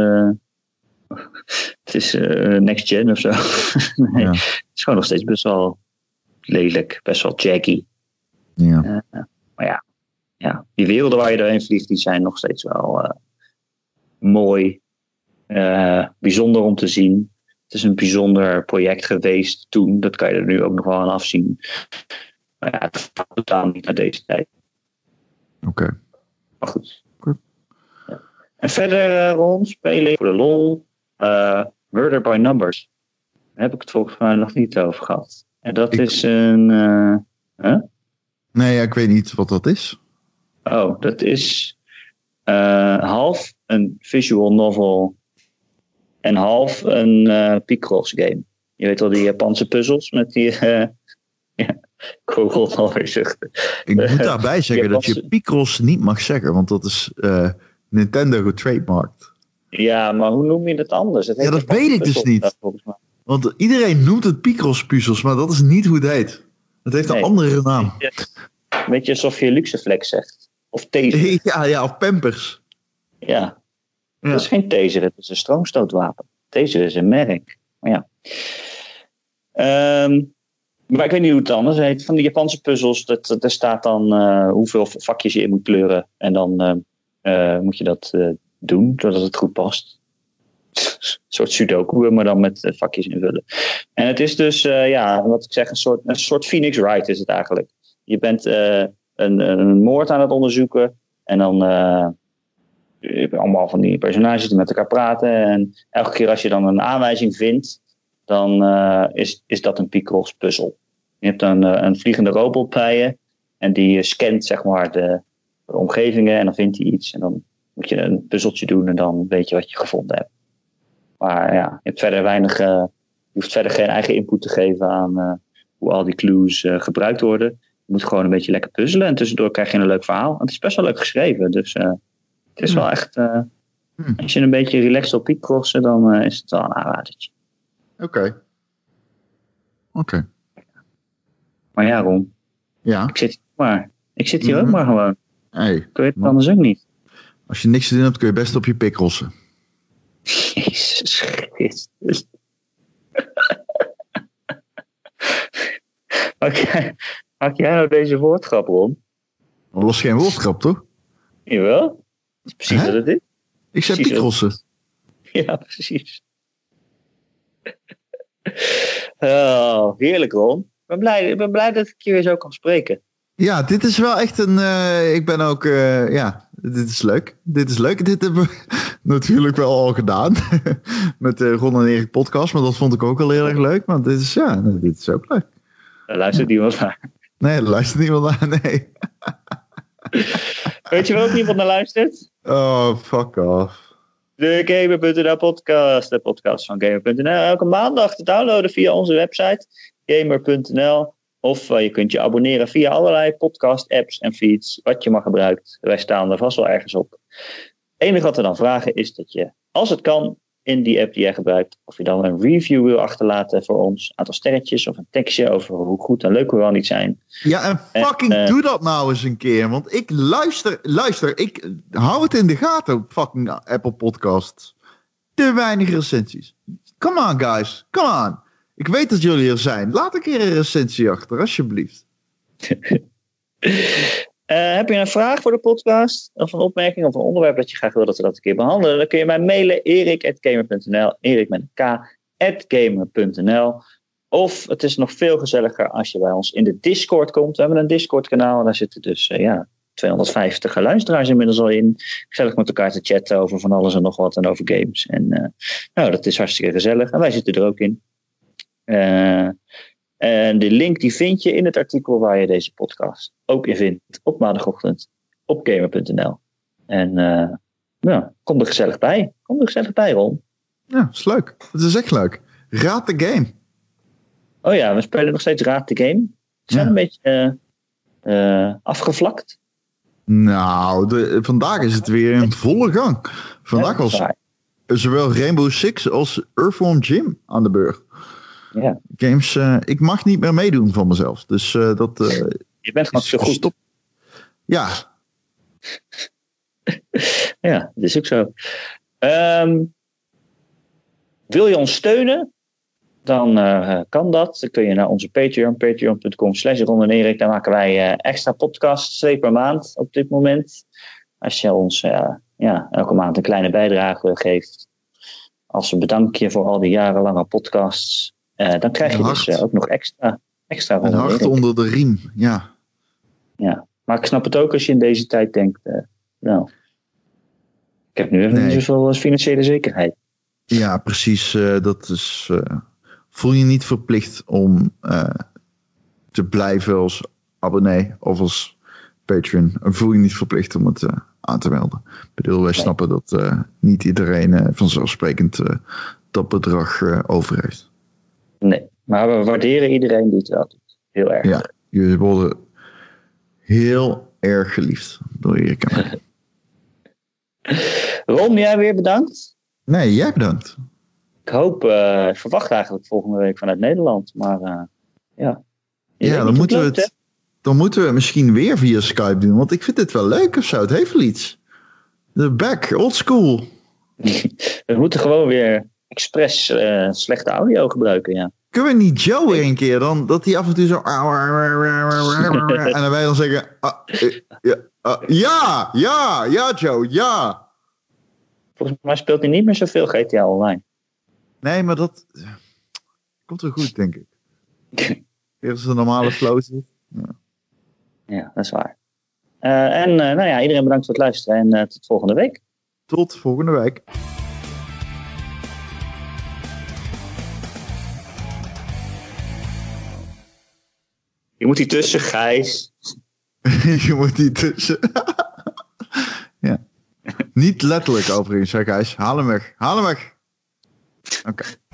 het is next gen of zo. Nee, ja. Het is gewoon nog steeds best wel lelijk, best wel jaggy. Ja. Maar ja, die werelden waar je doorheen vliegt, die zijn nog steeds wel mooi. Bijzonder om te zien. Het is een bijzonder project geweest toen. Dat kan je er nu ook nog wel aan afzien. Maar ja, het gaat totaal niet naar deze tijd. Oké. Maar goed. Ja. En verder Ron, spelen voor de lol. Murder by Numbers. Daar heb ik het volgens mij nog niet over gehad. En dat is een... Nee, ik weet niet wat dat is. Oh, dat is half een visual novel en half een Picross game. Je weet wel, die Japanse puzzels met die... ja, ik hoor alweer zuchten. Ik moet daarbij zeggen dat je Picross niet mag zeggen, want dat is Nintendo getrademarkt. Ja, maar hoe noem je het anders? Het ja, dat weet ik dus niet. Want iedereen noemt het Picross puzzels, maar dat is niet hoe het heet. Het heeft een andere naam. Een beetje alsof je Luxeflex zegt. Of taser. Ja, of Pampers. Ja. Het is geen taser, het is een stroomstootwapen. Taser is een merk. Maar ja. Maar ik weet niet hoe het anders heet. Van die Japanse puzzels, er staat dan hoeveel vakjes je in moet kleuren. En dan moet je dat doen, zodat het goed past. Een soort sudoku, maar dan met vakjes invullen. En het is dus, wat ik zeg, een soort Phoenix Wright is het eigenlijk. Je bent een moord aan het onderzoeken. En dan je hebt allemaal van die personages die met elkaar praten. En elke keer als je dan een aanwijzing vindt, dan is dat een Picross puzzel. Je hebt een vliegende robot bij je. En die scant zeg maar de omgevingen. En dan vindt hij iets. En dan moet je een puzzeltje doen. En dan weet je wat je gevonden hebt. Maar ja, je hebt verder je hoeft verder geen eigen input te geven aan hoe al die clues gebruikt worden. Je moet gewoon een beetje lekker puzzelen. En tussendoor krijg je een leuk verhaal. En het is best wel leuk geschreven. Dus het is wel echt... Als je een beetje relaxed op Picrossen, dan is het wel een aanradertje. Oké. Maar ja, Ron. Ja? Ik zit hier ook maar gewoon. Hey, ik weet het anders ook niet. Als je niks te doen hebt, kun je best op je pik rossen. Jezus Christus. Maak jij nou deze woordgrap, Ron? Dat was geen woordgrap, toch? Jawel. Dat is precies wat het is. Ik zei pikrossen. Ja, precies. Oh, heerlijk, Ron. Ik ben blij dat ik je weer zo kan spreken. Ja, dit is wel echt een... ik ben ook... dit is leuk. Dit hebben we natuurlijk wel al gedaan. Met de Ron en Erik podcast. Maar dat vond ik ook wel heel erg leuk. Maar dit is ook leuk. Daar luistert niemand naar. Nee, daar luistert niemand naar. Nee. Weet je wel dat niemand naar luistert? Oh, fuck off. De Gamer.nl podcast. De podcast van Gamer.nl. Elke maandag te downloaden via onze website. Gamer.nl. Of je kunt je abonneren via allerlei podcast apps en feeds. Wat je maar gebruikt. Wij staan er vast wel ergens op. Het enige wat we dan vragen is dat je, als het kan, in die app die jij gebruikt, of je dan een review wil achterlaten voor ons. Een aantal sterretjes of een tekstje over hoe goed en leuk we wel niet zijn. Ja, en fucking doe dat nou eens een keer. Want ik luister, ik hou het in de gaten op fucking Apple Podcasts. Te weinig recensies. Come on, guys. Come on. Ik weet dat jullie er zijn. Laat een keer een recensie achter, alsjeblieft. Heb je een vraag voor de podcast? Of een opmerking of een onderwerp dat je graag wil dat we dat een keer behandelen? Dan kun je mij mailen. Erik@gamer.nl. Erik met een k@gamer.nl. Of het is nog veel gezelliger als je bij ons in de Discord komt. We hebben een Discord kanaal. En daar zitten dus 250 luisteraars inmiddels al in. Gezellig met elkaar te chatten over van alles en nog wat. En over games. En dat is hartstikke gezellig. En wij zitten er ook in. En de link die vind je in het artikel waar je deze podcast ook in vindt. Op maandagochtend. Op gamer.nl. En kom er gezellig bij. Kom er gezellig bij, Ron. Ja, dat is leuk. Dat is echt leuk. Raad de game. Oh ja, we spelen nog steeds Raad de Game. We zijn een beetje afgevlakt. Nou, vandaag is het weer in volle gang. Vandaag was zowel Rainbow Six als Earthworm Jim aan de beurt. Ja. Games, ik mag niet meer meedoen van mezelf. Dus dat. Je bent gewoon zo goed. Ja. Ja, dat is ook zo. Wil je ons steunen? Dan kan dat. Dan kun je naar onze Patreon. Patreon.com/Ron en Erik. Daar maken wij extra podcasts 2 per maand op dit moment. Als je ons elke maand een kleine bijdrage geeft. Als een bedankje voor al die jarenlange podcasts. Dan krijg je dus ook nog extra een hart onder de riem, ja. Ja, maar ik snap het ook als je in deze tijd denkt, ik heb nu even niet zoveel financiële zekerheid. Ja, precies. Dat is, voel je niet verplicht om te blijven als abonnee of als Patreon. Voel je niet verplicht om het aan te melden. Ik bedoel, wij snappen dat niet iedereen vanzelfsprekend dat bedrag over heeft. Nee, maar we waarderen iedereen die het wel doet. Heel erg. Ja, jullie worden heel erg geliefd door Erik en mij. Ron, jij weer bedankt. Nee, jij bedankt. Ik hoop, ik verwacht eigenlijk volgende week vanuit Nederland. Maar ja. Ja, dan moeten we het misschien weer via Skype doen. Want ik vind dit wel leuk of zo. Het heeft wel iets. The back, old school. We moeten gewoon weer expres slechte audio gebruiken, ja. Kunnen we niet Joe weer een keer dan? Dat hij af en toe zo... en dan wij dan zeggen... ja, Joe, ja. Volgens mij speelt hij niet meer zoveel GTA Online. Nee, maar dat... komt wel goed, denk ik. Eerst de normale flow zit. Ja, dat is waar. Iedereen bedankt voor het luisteren. En tot volgende week. Tot volgende week. Je moet hier tussen, Gijs. Je moet hier tussen. Ja. Niet letterlijk overigens, hè, Gijs. Haal hem weg. Oké.